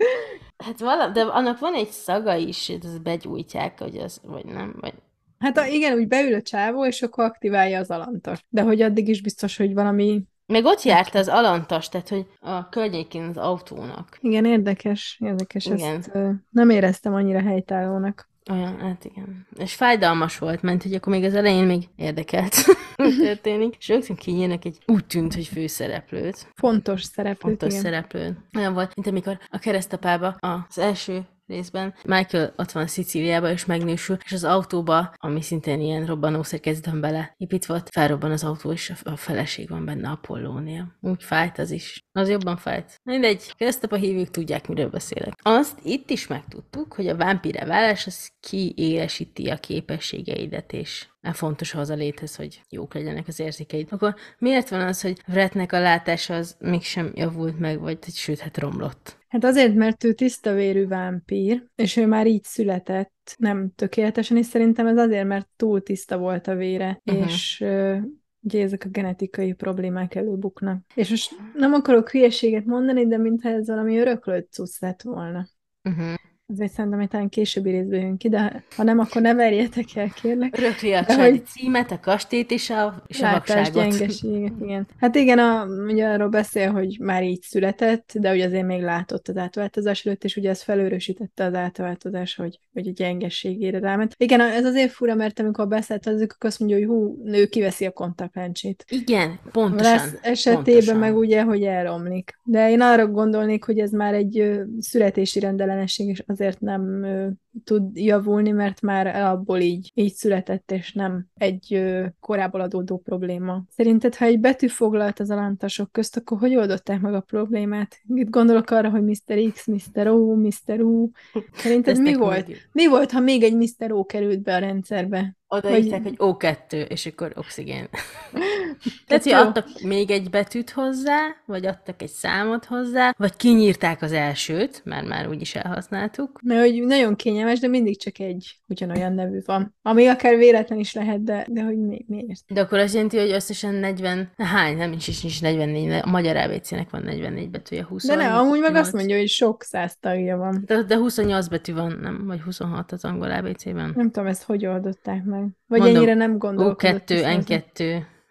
Hát de annak van egy szaga is, hogy ezt begyújtják, hogy az, vagy nem, vagy... Hát igen, úgy beül a csávó, és akkor aktiválja az alantas. De hogy addig is biztos, hogy valami... Meg ott járt az alantas, tehát hogy a környékén az autónak. Igen, érdekes Igen. Ezt nem éreztem annyira helytállónak. Olyan, hát igen. És fájdalmas volt, mert hogy akkor még az elején még érdekelt, mi történik. És rögtön kinyírnak egy úgy tűnt, hogy főszereplőt. Fontos szereplőt, igen. Szereplőt. Olyan volt, mint amikor a keresztapába az első részben Michael ott van Szicíliában, és megnősül, és az autóba, ami szintén ilyen robbanószer kezdtem bele építve volt, felrobban az autó, és a feleség van benne Apollónél. Úgy fájt az is. Az jobban fájt. Mindegy, keresztapa hívők tudják, miről beszélek. Azt itt is megtudtuk, hogy a vámpíre válás az kiélesíti a képességeidet, és fontos ahhoz a léthez, hogy jók legyenek az érzékeid. Akkor miért van az, hogy Vretnek a látása az mégsem javult meg, vagy sőt, hát romlott? Hát azért, mert ő tiszta vérű vámpír, és ő már így született, nem tökéletesen, és szerintem ez azért, mert túl tiszta volt a vére, és ugye ezek a genetikai problémák előbuknak. És most nem akarok hülyeséget mondani, de mintha ez valami öröklött cucc lett volna. Ezért szerintem, hogy talán későbbi részben jön ki, de ha nem, akkor ne verjetek el, kérlek. Örökli a családi címet, a kastélyt és a vakságot. Gyengeséget, igen. Hát igen, ugye arról beszél, hogy már így született, de ugye azért még látott az átváltozás előtt, és ugye ez felőrösítette az átváltozás, hogy a gyengességére ráment. Igen, ez azért fura, mert amikor beszélt, akkor azt mondja, hogy nő kiveszi a kontaktlencsét. Igen, pontosan. Lesz esetében meg ugye, hogy elromlik. De én arra gondolnék, hogy ez már egy születési rendellenesség, és azért nem tud javulni, mert már abból így született, és nem egy korából adódó probléma. Szerinted, ha egy betű foglalt az alantasok közt, akkor hogy oldották meg a problémát? Itt gondolok arra, hogy Mr. X, Mr. O, Mr. U. Szerinted mi volt? Mi volt, ha még egy Mr. O került be a rendszerbe? Odaírták, hogy O2, és akkor oxigén. Tehát, hogy adtak még egy betűt hozzá, vagy adtak egy számot hozzá, vagy kinyírták az elsőt, mert már úgyis elhasználtuk. Mert hogy nagyon kényelmes, de mindig csak egy ugyanolyan nevű van. Ami akár véletlen is lehet, de hogy miért? De akkor azt jelenti, hogy összesen 40... Hány? Nem is 44. A magyar ABC-nek van 44 betűje, 20. De ne, amúgy meg azt mondja, hogy sok száz tagja van. De 28 betű van, nem? Vagy 26 az angol ABC-ben. Nem tudom, ezt hogy oldották meg. Vagy mondom, ennyire nem gondolkodott. O2, N2,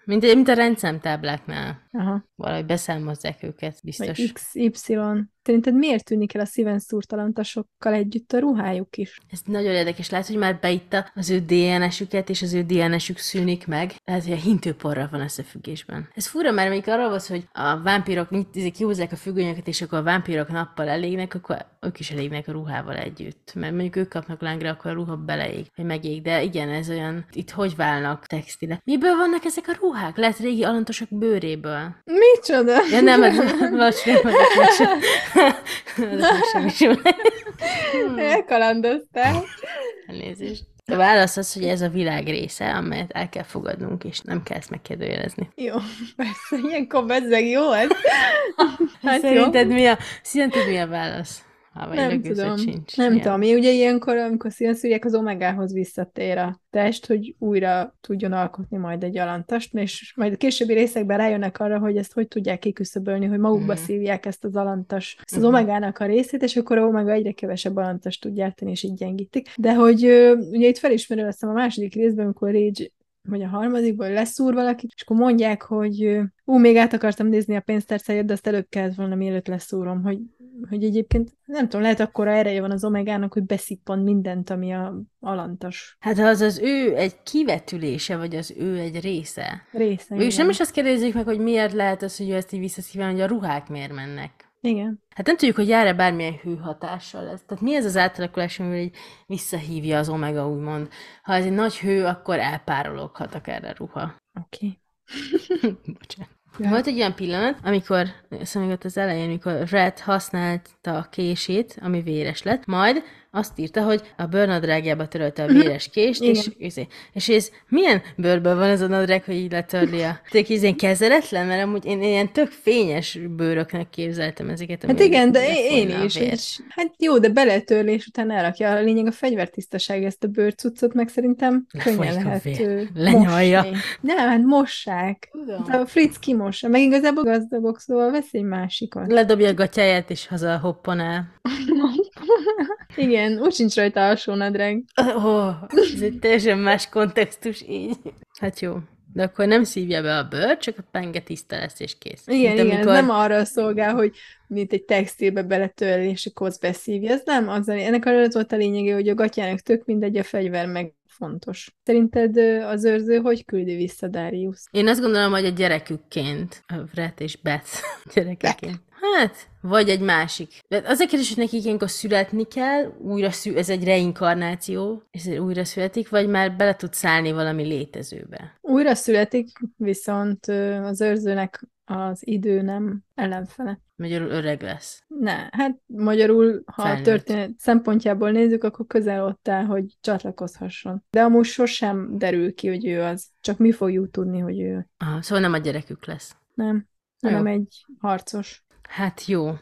Mint a rendszámtábláknál. Aha. Valahogy beszámozzák őket, Vagy biztos. XY. Szerinted miért tűnik el a szíven szúrtalantasokkal együtt a ruhájuk is? Ez nagyon érdekes. Lehet, hogy már beitta az ő DNS-üket, és az ő DNS-ük szűnik meg. Lehet, hogy a hintőporral van összefüggésben. Ez fura, mert még arról volt, hogy a vámpírok kihúzzák a függönyöket, és akkor a vámpírok nappal elégnek, akkor ők is elégnek a ruhával együtt. Mert mondjuk ők kapnak lángra, akkor a ruha beleég, vagy megég. De igen, ez olyan, itt hogy válnak textile. Miből vannak ezek a ruhák? Lehet régi alantosok bőréből. Micsoda? Ja, nem, most nem vagyok meg sem. Azok sem is jó. Elkalandoztál. Elnézést. A válasz az, hogy ez a világ része, amelyet el kell fogadnunk, és nem kell ezt megkérdőjelezni. Jó, persze, ilyenkor bezzeg jó ez. Hát Szerinted mi a válasz? Vagy Nem lögőzött tudom. sincs. Nem Ilyen. tudom. Ugye ilyenkor, amikor színszűrják, az omegához visszatér a test, hogy újra tudjon alkotni majd egy alantast, és majd a későbbi részekben rájönnek arra, hogy ezt hogy tudják kiküszöbölni, hogy magukba szívják ezt az alantas, ezt az omegának a részét, és akkor a omega egyre kevesebb alantast tud gyártani, és így gyengítik. De hogy ugye itt felismerül, azt hiszem a második részben, amikor Rage vagy a harmadikból leszúr valaki, és akkor mondják, hogy még át akartam nézni a pénztárcáját, de azt előbb kellett volna, mielőtt leszúrom, hogy egyébként nem tudom, lehet akkora ereje van az omegának, hogy beszippan mindent, ami a alantas Hát ha az ő egy kivetülése, vagy az ő egy része. része. És nem is azt kérdezzük meg, hogy miért lehet az, hogy ő ezt így visszaszívja, hogy a ruhák miért mennek. Igen. Hát nem tudjuk, hogy jár-e bármilyen hőhatással lesz. Tehát mi ez az átalakulás, amivel így visszahívja az omega, úgymond. Ha ez egy nagy hő, akkor elpárologhat akár a ruha. Oké. Bocsánat. Volt egy olyan pillanat, amikor, szóval az elején, amikor Red használta a kését, ami véres lett, majd azt írta, hogy a bőrnadrágjába törölte a véres kést, és ez milyen bőrből van ez a nadrág, hogy így letörli a... Tényleg ilyen kezeletlen, mert amúgy én ilyen tök fényes bőröknek képzeltem ezeket. Hát igen, de én lefolyna a is. vér. És, hát jó, de beletörlés után elrakja. A lényeg a fegyvertisztaság, ezt a bőrcuccot meg szerintem könnyen Lefolyik a lehet vér. Lenyalja. mosni. Nem, hát mossák. Tudom. Hát a Fritz kimossa. Meg igazából gazdagok, szóval vesz egy másikat. Ledobja a gatyáját, és haza hoppan el. Igen, úgy sincs rajta alsónadrág. Ez egy teljesen más kontextus így. Hát jó. De akkor nem szívja be a bőr, csak a penge tiszta lesz, és kész. Igen, Mint igen, amikor- ez nem arra szolgál, hogy mint egy textilbe beletörli, és akkor azt beszívja. Ez nem, ennek az volt a lényege, hogy a gatyának tök mindegy, a fegyver meg fontos. Szerinted az őrző hogy küldi vissza Darius? Én azt gondolom, hogy a gyerekükként, a Brett és Beth gyerekeként. Hát, vagy egy másik. De az a kérdés, hogy nekik ilyenkor születni kell, ez egy reinkarnáció, és újra születik, vagy már bele tud szállni valami létezőbe. Újra születik, viszont az őrzőnek az idő nem ellenfele. Magyarul öreg lesz. Ne, hát magyarul, ha a Felnőtt. történet szempontjából nézzük, akkor közel ott áll, hogy csatlakozhasson. De amúgy sosem derül ki, hogy ő az. Csak mi fogjuk tudni, hogy ő. Aha, szóval nem a gyerekük lesz. Nem, Jó. hanem egy harcos. Hát jó.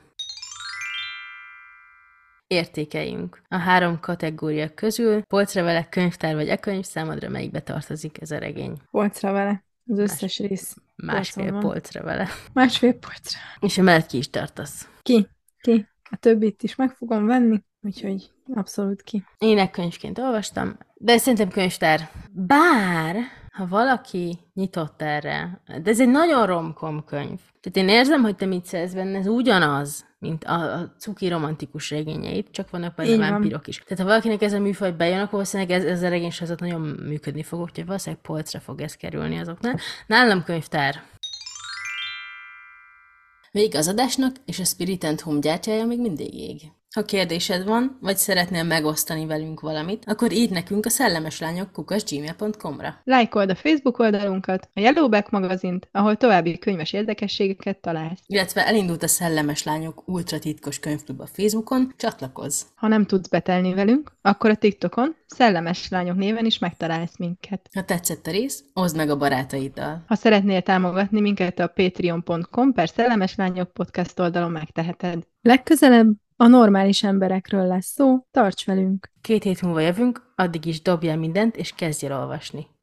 Értékeljünk. A 3 kategória közül polcra vele, könyvtár vagy e-könyv, számodra melyikbe tartozik ez a regény? Polcra vele. Az összes rész. Másfél polcon van. polcra vele. Másfél polcra. És emellett ki is tartasz. Ki? A többit is meg fogom venni, úgyhogy abszolút ki. Én e-könyvként olvastam, de szerintem könyvtár. Bár, ha valaki nyitott erre, de ez egy nagyon romkom könyv. Tehát én érzem, hogy te mit szeretsz benne, ez ugyanaz, mint a cuki romantikus regényeit, csak vannak benne Így van. vámpirok is. Tehát ha valakinek ez a műfaj bejön, akkor valószínűleg ez a regénysorozat nagyon működni fog, úgyhogy valószínűleg polcra fog ez kerülni azoknál. Nálam könyvtár. Vége az adásnak, és a Spirit & Home gyártyája még mindig ég. Ha kérdésed van, vagy szeretnél megosztani velünk valamit, akkor írd nekünk a szellemeslányok@gmail.com-ra. Lájkold a Facebook oldalunkat, a Yellowback magazint, ahol további könyves érdekességeket találsz. Illetve elindult a Szellemes Lányok ultra titkos könyvklub a Facebookon, csatlakozz! Ha nem tudsz betelni velünk, akkor a TikTokon Szellemes Lányok néven is megtalálsz minket. Ha tetszett a rész, oszd meg a barátaiddal. Ha szeretnél támogatni minket, a patreon.com/Szellemes Lányok podcast oldalon megteheted. Legközelebb a normális emberekről lesz szó, tarts velünk! 2 hét múlva jövünk, addig is dobjál mindent, és kezdj el olvasni.